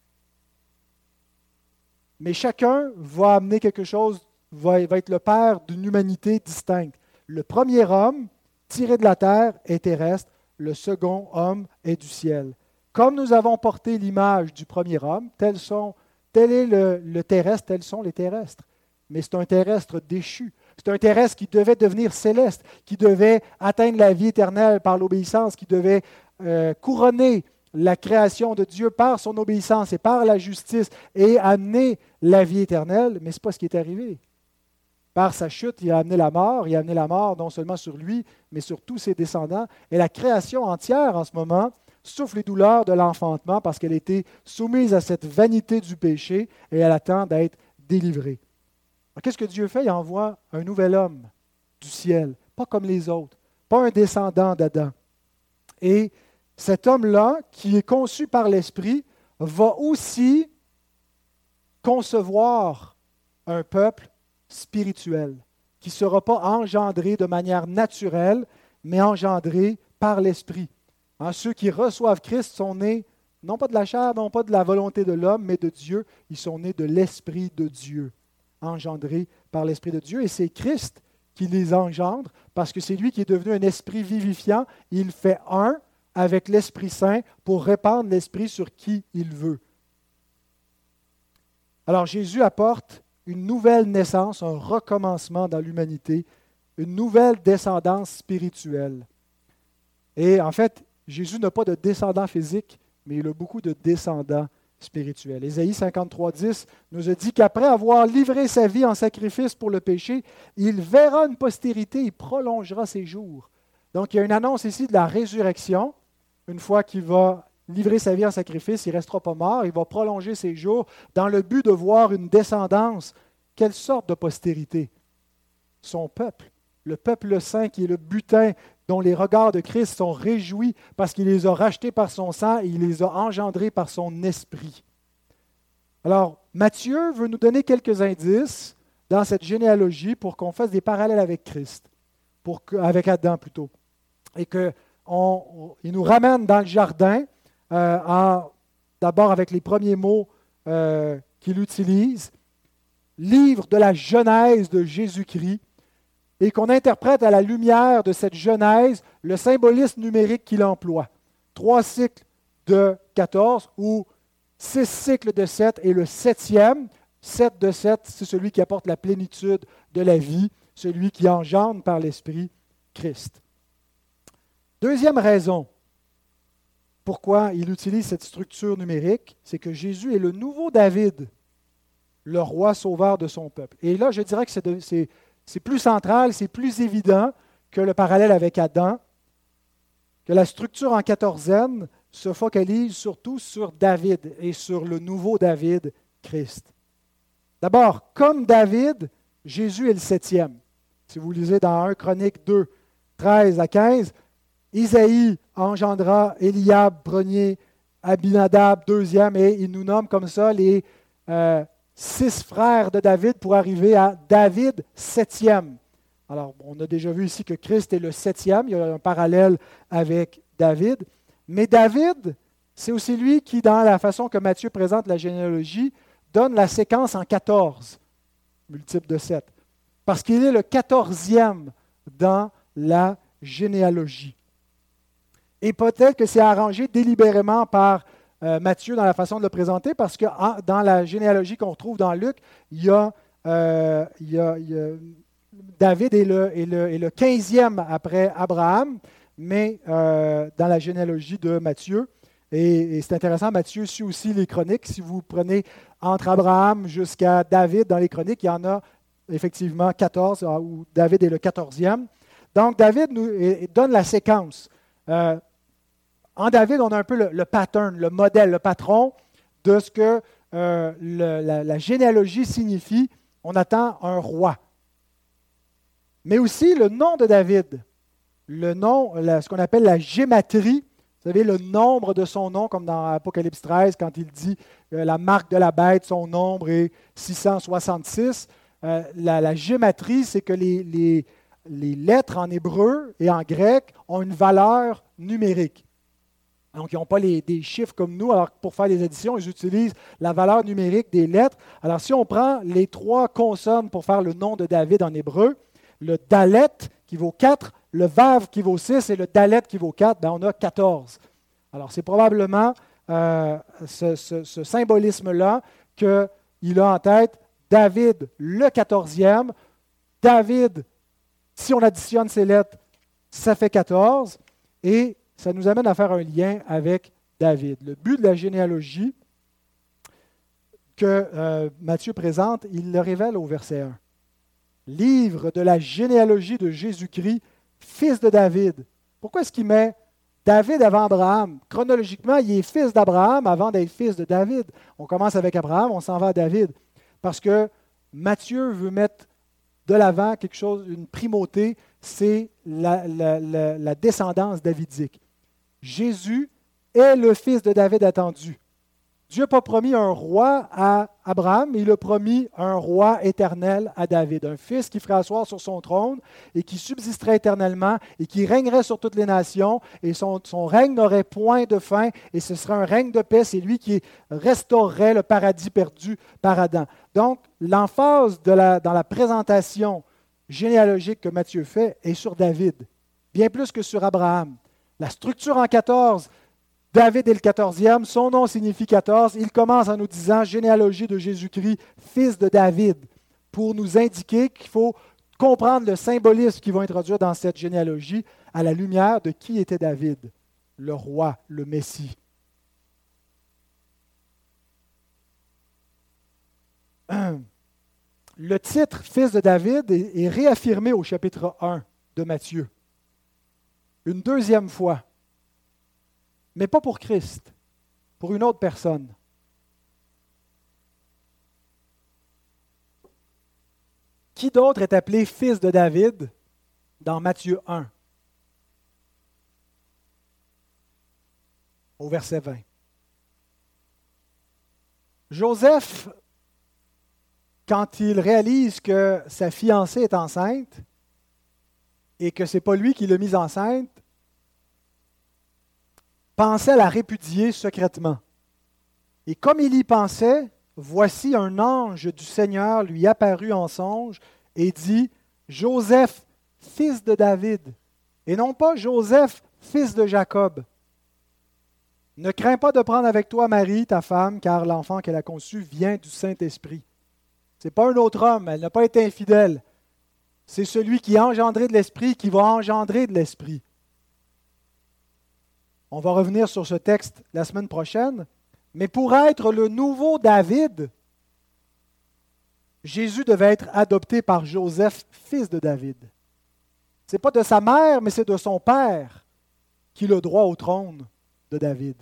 mais chacun va amener quelque chose, va être le père d'une humanité distincte. Le premier homme, tiré de la terre, est terrestre, le second homme est du ciel. Comme nous avons porté l'image du premier homme, tel est le terrestre, tels sont les terrestres. Mais c'est un terrestre déchu. C'est un terrestre qui devait devenir céleste, qui devait atteindre la vie éternelle par l'obéissance, qui devait couronner la création de Dieu par son obéissance et par la justice et amener la vie éternelle. Mais ce n'est pas ce qui est arrivé. Par sa chute, il a amené la mort. Il a amené la mort non seulement sur lui, mais sur tous ses descendants. Et la création entière, en ce moment, souffre les douleurs de l'enfantement parce qu'elle a été soumise à cette vanité du péché et elle attend d'être délivrée. Alors, qu'est-ce que Dieu fait? Il envoie un nouvel homme du ciel, pas comme les autres, pas un descendant d'Adam. Et cet homme-là, qui est conçu par l'Esprit, va aussi concevoir un peuple spirituel, qui ne sera pas engendré de manière naturelle, mais engendré par l'Esprit. Ceux qui reçoivent Christ sont nés, non pas de la chair, non pas de la volonté de l'homme, mais de Dieu. Ils sont nés de l'Esprit de Dieu, engendrés par l'Esprit de Dieu. Et c'est Christ qui les engendre, parce que c'est lui qui est devenu un esprit vivifiant. Il fait un avec l'Esprit Saint pour répandre l'Esprit sur qui il veut. Alors Jésus apporte une nouvelle naissance, un recommencement dans l'humanité, une nouvelle descendance spirituelle. Et en fait, Jésus n'a pas de descendant physique, mais il a beaucoup de descendants spirituels. Ésaïe 53:10 nous a dit qu'après avoir livré sa vie en sacrifice pour le péché, il verra une postérité, il prolongera ses jours. Donc il y a une annonce ici de la résurrection. Une fois qu'il va livrer sa vie en sacrifice, il ne restera pas mort, il va prolonger ses jours dans le but de voir une descendance. Quelle sorte de postérité? Son peuple, le peuple saint qui est le butin dont les regards de Christ sont réjouis parce qu'il les a rachetés par son sang et il les a engendrés par son esprit. Alors, Matthieu veut nous donner quelques indices dans cette généalogie pour qu'on fasse des parallèles avec Christ, avec Adam plutôt, et qu'il nous ramène dans le jardin, d'abord avec les premiers mots qu'il utilise, livre de la Genèse de Jésus-Christ, et qu'on interprète à la lumière de cette Genèse le symbolisme numérique qu'il emploie. 3 cycles de 14 ou 6 cycles de 7 et le 7e, 7 de 7, c'est celui qui apporte la plénitude de la vie, celui qui engendre par l'Esprit Christ. Deuxième raison pourquoi il utilise cette structure numérique, c'est que Jésus est le nouveau David, le roi sauveur de son peuple. Et là, je dirais que c'est plus central, c'est plus évident que le parallèle avec Adam, que la structure en quatorzaine se focalise surtout sur David et sur le nouveau David, Christ. D'abord, comme David, Jésus est le 7e. Si vous lisez dans 1 Chroniques 2, 13 à 15, Isaïe engendra Éliab, premier, Abinadab, deuxième, et il nous nomme comme ça les 6 frères de David pour arriver à David, 7e. Alors, on a déjà vu ici que Christ est le 7e, il y a un parallèle avec David. Mais David, c'est aussi lui qui, dans la façon que Matthieu présente la généalogie, donne la séquence en 14, multiple de 7, parce qu'il est le 14e dans la généalogie. Et peut-être que c'est arrangé délibérément par Matthieu dans la façon de le présenter, parce que dans la généalogie qu'on retrouve dans Luc, il y a David est le 15e après Abraham, mais dans la généalogie de Matthieu. Et c'est intéressant, Matthieu suit aussi les chroniques. Si vous prenez entre Abraham jusqu'à David dans les chroniques, il y en a effectivement 14, où David est le 14e. Donc David nous donne la séquence. En David, on a un peu le pattern, le modèle, le patron. de ce que la généalogie signifie. On attend un roi. Mais aussi le nom de David, le nom, ce qu'on appelle la gématrie, vous savez, le nombre de son nom, comme dans Apocalypse 13, quand il dit la marque de la bête, son nombre est 666. La gématrie, c'est que les lettres en hébreu et en grec ont une valeur numérique. Donc, ils n'ont pas des chiffres comme nous. Alors, pour faire les additions, ils utilisent la valeur numérique des lettres. Alors, si on prend les 3 consonnes pour faire le nom de David en hébreu, le dalet qui vaut 4, le vav qui vaut 6 et le dalet qui vaut 4, on a 14. Alors, c'est probablement ce symbolisme-là qu'il a en tête David, le 14e. David, si on additionne ces lettres, ça fait 14. Et ça nous amène à faire un lien avec David. Le but de la généalogie que Matthieu présente, il le révèle au verset 1. Livre de la généalogie de Jésus-Christ, fils de David. Pourquoi est-ce qu'il met David avant Abraham? Chronologiquement, il est fils d'Abraham avant d'être fils de David. On commence avec Abraham, on s'en va à David. Parce que Matthieu veut mettre de l'avant quelque chose, une primauté, c'est la descendance davidique. Jésus est le fils de David attendu. Dieu n'a pas promis un roi à Abraham, mais il a promis un roi éternel à David, un fils qui ferait asseoir sur son trône et qui subsisterait éternellement et qui régnerait sur toutes les nations, et son règne n'aurait point de fin, et ce serait un règne de paix. C'est lui qui restaurerait le paradis perdu par Adam. Donc, l'emphase dans la présentation généalogique que Matthieu fait est sur David, bien plus que sur Abraham. La structure en 14, David est le 14e, son nom signifie 14. Il commence en nous disant généalogie de Jésus-Christ, fils de David, pour nous indiquer qu'il faut comprendre le symbolisme qui va introduire dans cette généalogie à la lumière de qui était David, le roi, le Messie. Le titre fils de David est réaffirmé au chapitre 1 de Matthieu, une deuxième fois. Mais pas pour Christ, pour une autre personne. Qui d'autre est appelé fils de David dans Matthieu 1, au verset 20? Joseph, quand il réalise que sa fiancée est enceinte et que ce n'est pas lui qui l'a mise enceinte, pensait la répudier secrètement. Et comme il y pensait, voici un ange du Seigneur lui apparut en songe et dit, Joseph, fils de David, et non pas Joseph, fils de Jacob. Ne crains pas de prendre avec toi Marie, ta femme, car l'enfant qu'elle a conçu vient du Saint-Esprit. Ce n'est pas un autre homme, elle n'a pas été infidèle. C'est celui qui a engendré de l'Esprit qui va engendrer de l'Esprit. On va revenir sur ce texte la semaine prochaine. Mais pour être le nouveau David, Jésus devait être adopté par Joseph, fils de David. Ce n'est pas de sa mère, mais c'est de son père qu'il a droit au trône de David.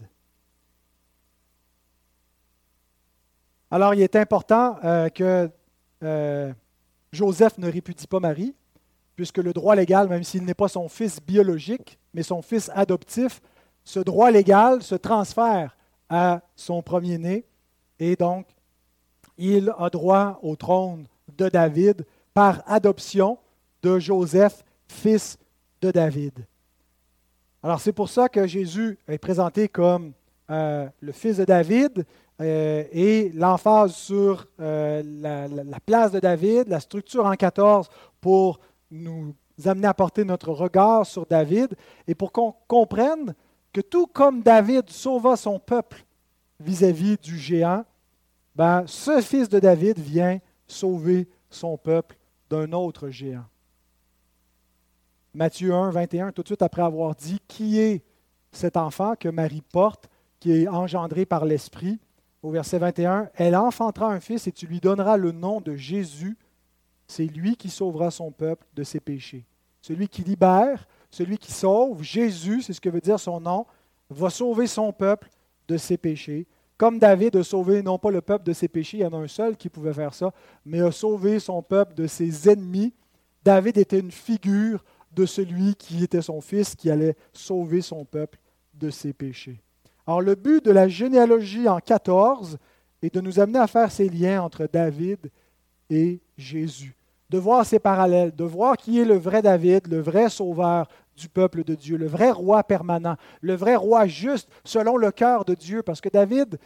Alors, il est important que Joseph ne répudie pas Marie, puisque le droit légal, même s'il n'est pas son fils biologique, mais son fils adoptif, ce droit légal se transfère à son premier-né et donc il a droit au trône de David par adoption de Joseph, fils de David. Alors c'est pour ça que Jésus est présenté comme le fils de David et l'emphase sur la place de David, la structure en 14 pour nous amener à porter notre regard sur David et pour qu'on comprenne que tout comme David sauva son peuple vis-à-vis du géant, ce fils de David vient sauver son peuple d'un autre géant. Matthieu 1, 21, tout de suite après avoir dit qui est cet enfant que Marie porte, qui est engendré par l'Esprit, au verset 21, elle enfantera un fils et tu lui donneras le nom de Jésus. C'est lui qui sauvera son peuple de ses péchés. Celui qui libère, celui qui sauve, Jésus, c'est ce que veut dire son nom, va sauver son peuple de ses péchés. comme David a sauvé non pas le peuple de ses péchés, il y en a un seul qui pouvait faire ça, mais a sauvé son peuple de ses ennemis. David était une figure de celui qui était son fils, qui allait sauver son peuple de ses péchés. Alors le but de la généalogie en 14 est de nous amener à faire ces liens entre David et Jésus, de voir ces parallèles, de voir qui est le vrai David, le vrai sauveur du peuple de Dieu, le vrai roi permanent, le vrai roi juste selon le cœur de Dieu, parce que David,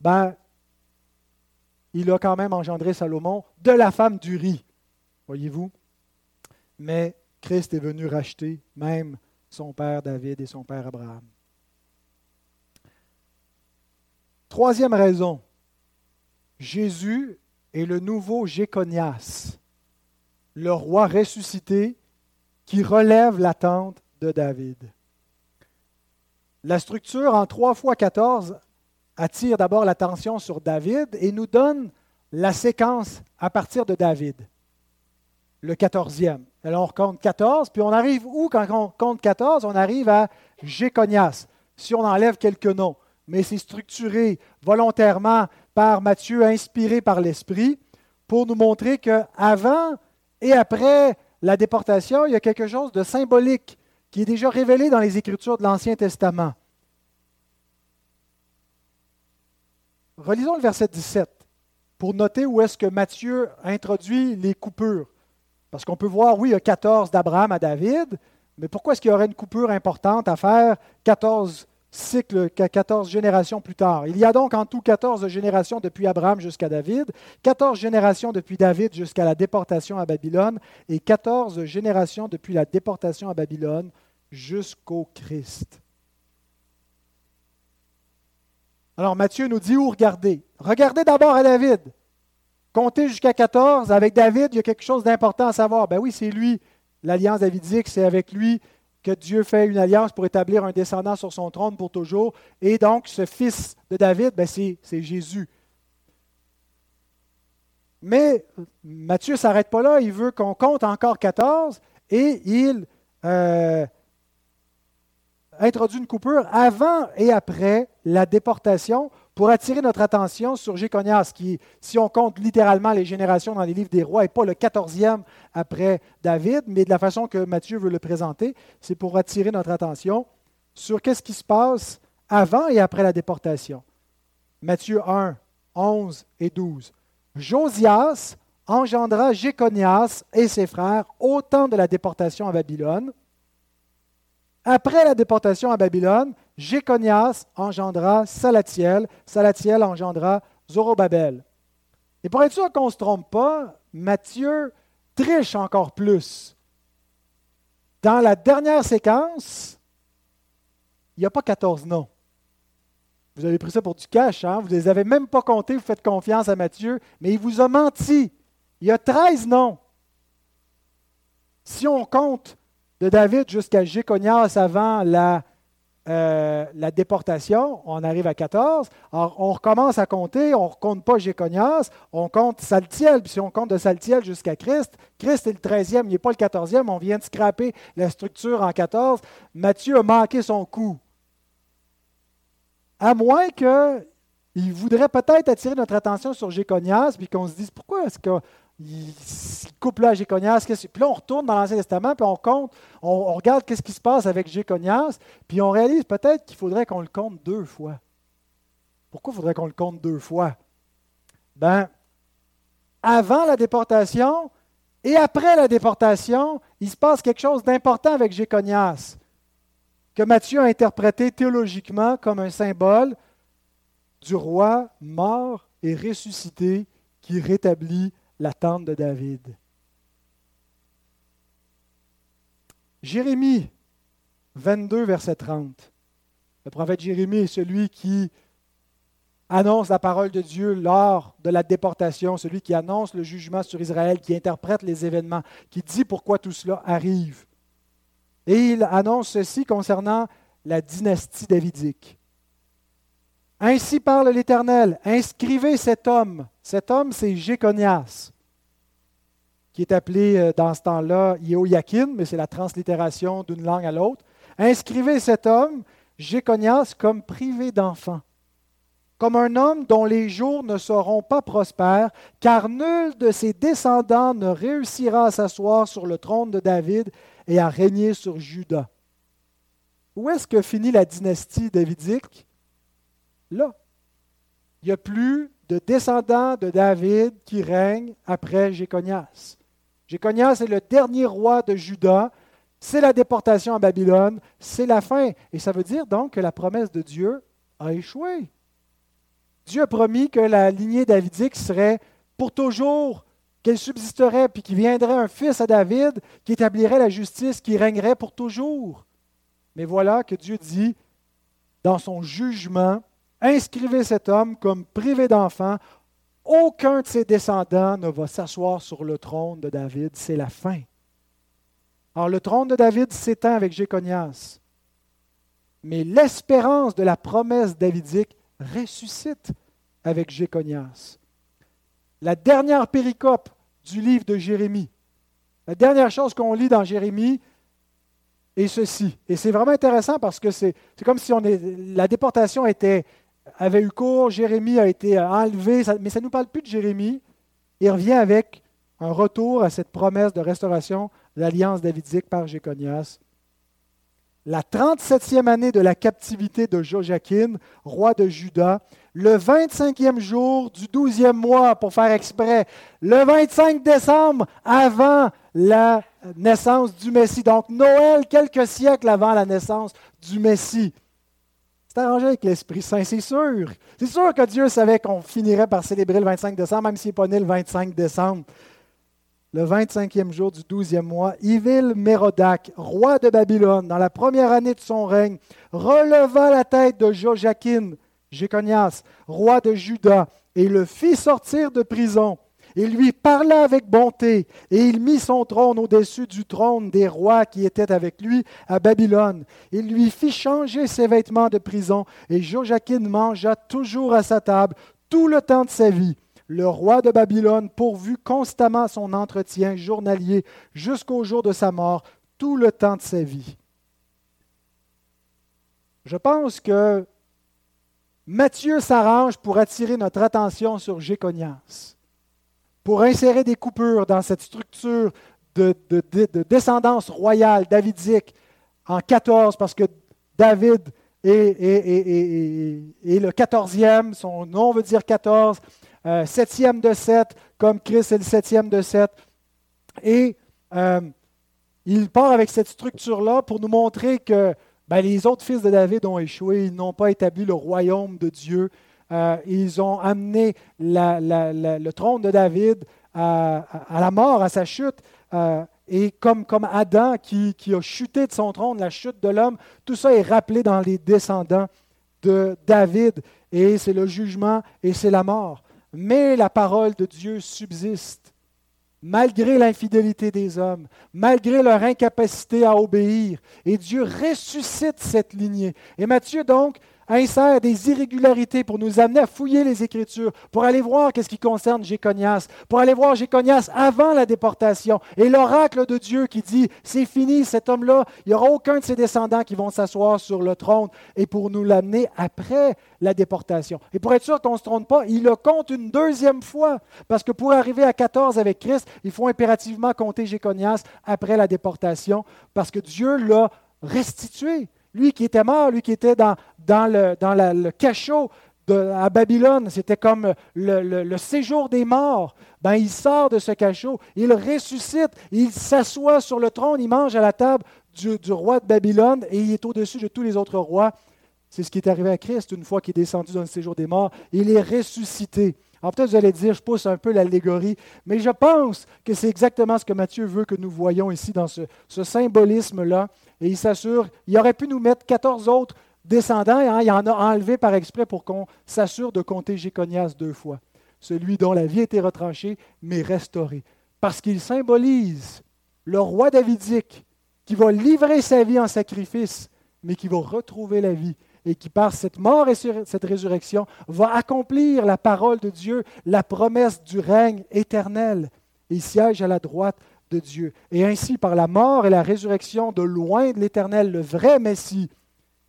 il a quand même engendré Salomon de la femme d'Uri, voyez-vous, mais Christ est venu racheter même son père David et son père Abraham. Troisième raison, Jésus est le nouveau Jéconias, le roi ressuscité qui relève l'attente de David. La structure en 3 fois 14 attire d'abord l'attention sur David et nous donne la séquence à partir de David, le 14e. Alors on recompte 14, puis on arrive où quand on compte 14? On arrive à Jéconias, si on enlève quelques noms. Mais c'est structuré volontairement par Matthieu, inspiré par l'Esprit, pour nous montrer qu'avant et après la déportation, il y a quelque chose de symbolique qui est déjà révélé dans les Écritures de l'Ancien Testament. Relisons le verset 17 pour noter où est-ce que Matthieu introduit les coupures. Parce qu'on peut voir, oui, il y a 14 d'Abraham à David, mais pourquoi est-ce qu'il y aurait une coupure importante à faire 14 cycles, 14 générations plus tard? Il y a donc en tout 14 générations depuis Abraham jusqu'à David, 14 générations depuis David jusqu'à la déportation à Babylone et 14 générations depuis la déportation à Babylone jusqu'au Christ. Alors Matthieu nous dit où regarder. Regardez d'abord à David. Comptez jusqu'à 14. Avec David, il y a quelque chose d'important à savoir. Ben oui, c'est lui, l'alliance davidique, c'est avec lui que Dieu fait une alliance pour établir un descendant sur son trône pour toujours. Et donc, ce fils de David, c'est Jésus. Mais Matthieu ne s'arrête pas là. Il veut qu'on compte encore 14 et il introduit une coupure avant et après la déportation pour attirer notre attention sur Jéconias, qui, si on compte littéralement les générations dans les livres des rois, n'est pas le 14e après David, mais de la façon que Matthieu veut le présenter, c'est pour attirer notre attention sur qu'est-ce qui se passe avant et après la déportation. Matthieu 1, 11 et 12. Josias engendra Jéconias et ses frères au temps de la déportation à Babylone. Après la déportation à Babylone, Jéconias engendra Salatiel, Salatiel engendra Zorobabel. Et pour être sûr qu'on ne se trompe pas, Matthieu triche encore plus. Dans la dernière séquence, il n'y a pas 14 noms. Vous avez pris ça pour du cash, hein? Vous ne les avez même pas comptés, vous faites confiance à Matthieu, mais il vous a menti. Il y a 13 noms. Si on compte de David jusqu'à Jéconias avant la déportation, on arrive à 14. Alors, on recommence à compter, on ne compte pas Jéconias, on compte Saltiel. Puis si on compte de Saltiel jusqu'à Christ, Christ est le 13e, il n'est pas le 14e, on vient de scraper la structure en 14. Matthieu a manqué son coup. À moins qu'il voudrait peut-être attirer notre attention sur Jéconias, puis qu'on se dise, pourquoi est-ce qu'il coupe là Jéconias? Puis là, on retourne dans l'Ancien Testament, puis on compte, on regarde qu'est-ce qui se passe avec Jéconias, puis on réalise peut-être qu'il faudrait qu'on le compte 2 fois. Pourquoi il faudrait qu'on le compte 2 fois? Avant la déportation et après la déportation, il se passe quelque chose d'important avec Jéconias, que Matthieu a interprété théologiquement comme un symbole du roi mort et ressuscité qui rétablit la tente de David. Jérémie 22, verset 30. Le prophète Jérémie est celui qui annonce la parole de Dieu lors de la déportation, celui qui annonce le jugement sur Israël, qui interprète les événements, qui dit pourquoi tout cela arrive. Et il annonce ceci concernant la dynastie davidique. Ainsi parle l'Éternel, inscrivez cet homme. Cet homme, c'est Jéconias, qui est appelé dans ce temps-là Jéhoïakin, mais c'est la translittération d'une langue à l'autre. Inscrivez cet homme, Jéconias, comme privé d'enfant. comme un homme dont les jours ne seront pas prospères, car nul de ses descendants ne réussira à s'asseoir sur le trône de David et à régner sur Juda. Où est-ce que finit la dynastie davidique? Là. Il n'y a plus de descendants de David qui règnent après Jéconias. Jéconias est le dernier roi de Juda. C'est la déportation à Babylone. C'est la fin. Et ça veut dire donc que la promesse de Dieu a échoué. Dieu a promis que la lignée davidique serait pour toujours, qu'elle subsisterait, puis qu'il viendrait un fils à David qui établirait la justice, qui régnerait pour toujours. Mais voilà que Dieu dit, dans son jugement, inscrivez cet homme comme privé d'enfant. Aucun de ses descendants ne va s'asseoir sur le trône de David. C'est la fin. Alors, le trône de David s'éteint avec Jéconias. Mais l'espérance de la promesse davidique ressuscite avec Jéconias. La dernière péricope du livre de Jérémie, la dernière chose qu'on lit dans Jérémie est ceci. Et c'est vraiment intéressant parce que c'est comme si la déportation avait eu cours, Jérémie a été enlevé, mais ça ne nous parle plus de Jérémie. Il revient avec un retour à cette promesse de restauration de l'alliance davidique par Jéconias. La 37e année de la captivité de Joachim, roi de Juda, le 25e jour du 12e mois, pour faire exprès, le 25 décembre, avant la naissance du Messie. Donc Noël, quelques siècles avant la naissance du Messie. C'est arrangé avec l'Esprit Saint, c'est sûr. C'est sûr que Dieu savait qu'on finirait par célébrer le 25 décembre, même s'il n'est pas né le 25 décembre. Le 25e jour du 12e mois, Évil-Mérodach, roi de Babylone, dans la première année de son règne, releva la tête de Joachim, Jéconias, roi de Juda, et le fit sortir de prison. Il lui parla avec bonté, et il mit son trône au-dessus du trône des rois qui étaient avec lui à Babylone. Il lui fit changer ses vêtements de prison, et Joachim mangea toujours à sa table tout le temps de sa vie. Le roi de Babylone pourvut constamment son entretien journalier jusqu'au jour de sa mort, tout le temps de sa vie. Je pense que Matthieu s'arrange pour attirer notre attention sur Jéconias, pour insérer des coupures dans cette structure de descendance royale davidique en 14, parce que David est le 14e, son nom veut dire 14, 7e de 7, comme Christ est le 7e de 7. Et il part avec cette structure-là pour nous montrer que les autres fils de David ont échoué, ils n'ont pas établi le royaume de Dieu. Ils ont amené le trône de David à la mort, à sa chute. Et comme Adam qui a chuté de son trône, la chute de l'homme, tout ça est rappelé dans les descendants de David. Et c'est le jugement et c'est la mort. Mais la parole de Dieu subsiste, malgré l'infidélité des hommes, malgré leur incapacité à obéir. Et Dieu ressuscite cette lignée. Et Matthieu, donc, insère des irrégularités pour nous amener à fouiller les Écritures, pour aller voir qu'est-ce qui concerne Jéconias, pour aller voir Jéconias avant la déportation. Et l'oracle de Dieu qui dit, c'est fini, cet homme-là, il n'y aura aucun de ses descendants qui vont s'asseoir sur le trône. Et pour nous l'amener après la déportation. Et pour être sûr qu'on ne se trompe pas, il le compte une deuxième fois. Parce que pour arriver à 14 avec Christ, il faut impérativement compter Jéconias après la déportation, parce que Dieu l'a restitué. Lui qui était mort, lui qui était dans le cachot à Babylone, c'était comme le séjour des morts. Il sort de ce cachot, il ressuscite, il s'assoit sur le trône, il mange à la table du roi de Babylone et il est au-dessus de tous les autres rois. C'est ce qui est arrivé à Christ une fois qu'il est descendu dans le séjour des morts. Il est ressuscité. Alors peut-être vous allez dire, je pousse un peu l'allégorie, mais je pense que c'est exactement ce que Matthieu veut que nous voyons ici dans ce symbolisme-là. Et il s'assure, il aurait pu nous mettre 14 autres descendants, il en a enlevé par exprès pour qu'on s'assure de compter Jéconias 2 fois. Celui dont la vie a été retranchée, mais restaurée. Parce qu'il symbolise le roi davidique qui va livrer sa vie en sacrifice, mais qui va retrouver la vie. Et qui, par cette mort et cette résurrection, va accomplir la parole de Dieu, la promesse du règne éternel. Il siège à la droite de Dieu. Et ainsi, par la mort et la résurrection de loin de l'Éternel, le vrai Messie,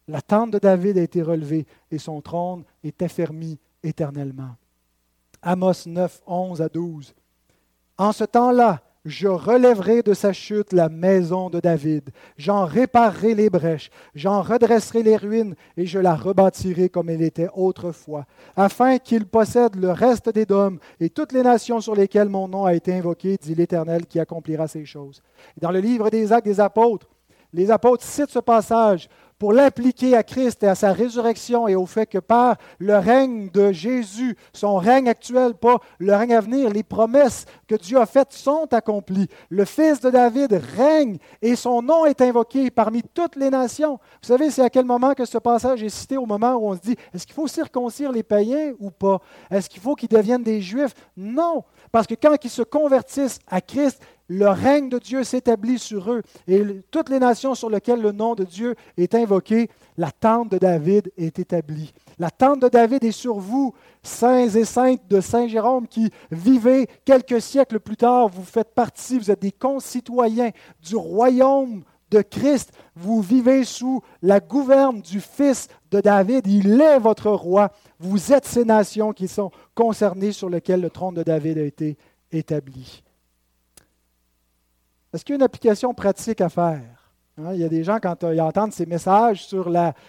La tente de David a été relevée et son trône est affermi éternellement. Amos 9, 11 à 12. En ce temps-là, je relèverai de sa chute la maison de David. J'en réparerai les brèches, j'en redresserai les ruines et je la rebâtirai comme elle était autrefois, afin qu'il possède le reste d'Édom et toutes les nations sur lesquelles mon nom a été invoqué, dit l'Éternel qui accomplira ces choses. Dans le livre des Actes des Apôtres, les apôtres citent ce passage pour l'appliquer à Christ et à sa résurrection et au fait que par le règne de Jésus, son règne actuel, pas le règne à venir, les promesses que Dieu a faites sont accomplies. Le Fils de David règne et son nom est invoqué parmi toutes les nations. Vous savez, c'est à quel moment que ce passage est cité? Au moment où on se dit, est-ce qu'il faut circoncire les païens ou pas? Est-ce qu'il faut qu'ils deviennent des Juifs? Non, parce que quand ils se convertissent à Christ, le règne de Dieu s'établit sur eux et toutes les nations sur lesquelles le nom de Dieu est invoqué, la tente de David est établie. La tente de David est sur vous, saints et saintes de Saint Jérôme qui vivez quelques siècles plus tard. Vous faites partie, vous êtes des concitoyens du royaume de Christ. Vous vivez sous la gouverne du Fils de David. Il est votre roi. Vous êtes ces nations qui sont concernées sur lesquelles le trône de David a été établi. Est-ce qu'il y a une application pratique à faire? Il y a des gens, quand ils entendent ces messages sur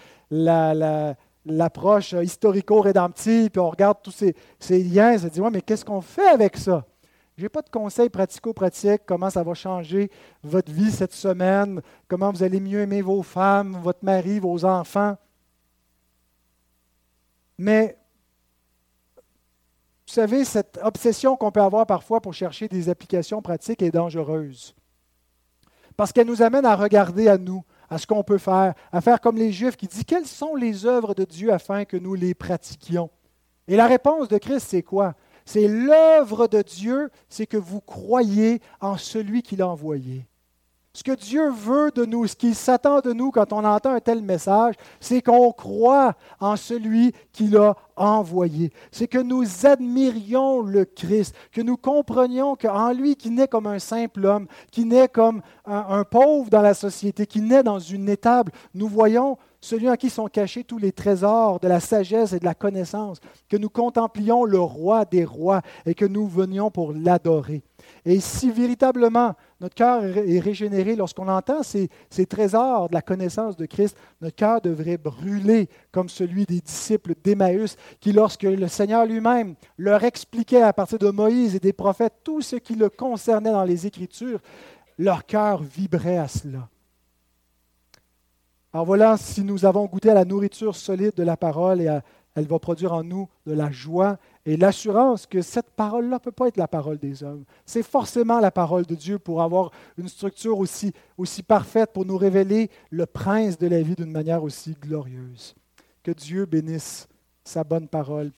l'approche historico-rédemptive, puis on regarde tous ces liens, ils se disent, ouais, mais qu'est-ce qu'on fait avec ça? Je n'ai pas de conseils pratico-pratiques, comment ça va changer votre vie cette semaine, comment vous allez mieux aimer vos femmes, votre mari, vos enfants. Mais, vous savez, cette obsession qu'on peut avoir parfois pour chercher des applications pratiques est dangereuse. Parce qu'elle nous amène à regarder à nous, à ce qu'on peut faire, à faire comme les Juifs qui disent quelles sont les œuvres de Dieu afin que nous les pratiquions. Et la réponse de Christ, c'est quoi? C'est l'œuvre de Dieu, c'est que vous croyez en celui qui l'a envoyé. Ce que Dieu veut de nous, ce qu'il s'attend de nous quand on entend un tel message, c'est qu'on croit en celui qui l'a envoyé. C'est que nous admirions le Christ, que nous comprenions qu'en lui qui naît comme un simple homme, qui naît comme un pauvre dans la société, qui naît dans une étable, nous voyons celui en qui sont cachés tous les trésors de la sagesse et de la connaissance, que nous contemplions le roi des rois et que nous venions pour l'adorer. Et si véritablement notre cœur est régénéré lorsqu'on entend ces trésors de la connaissance de Christ, notre cœur devrait brûler comme celui des disciples d'Emmaüs qui, lorsque le Seigneur lui-même leur expliquait à partir de Moïse et des prophètes tout ce qui le concernait dans les Écritures, leur cœur vibrait à cela. Alors voilà, si nous avons goûté à la nourriture solide de la parole, elle va produire en nous de la joie et l'assurance que cette parole-là ne peut pas être la parole des hommes. C'est forcément la parole de Dieu pour avoir une structure aussi parfaite, pour nous révéler le prince de la vie d'une manière aussi glorieuse. Que Dieu bénisse sa bonne parole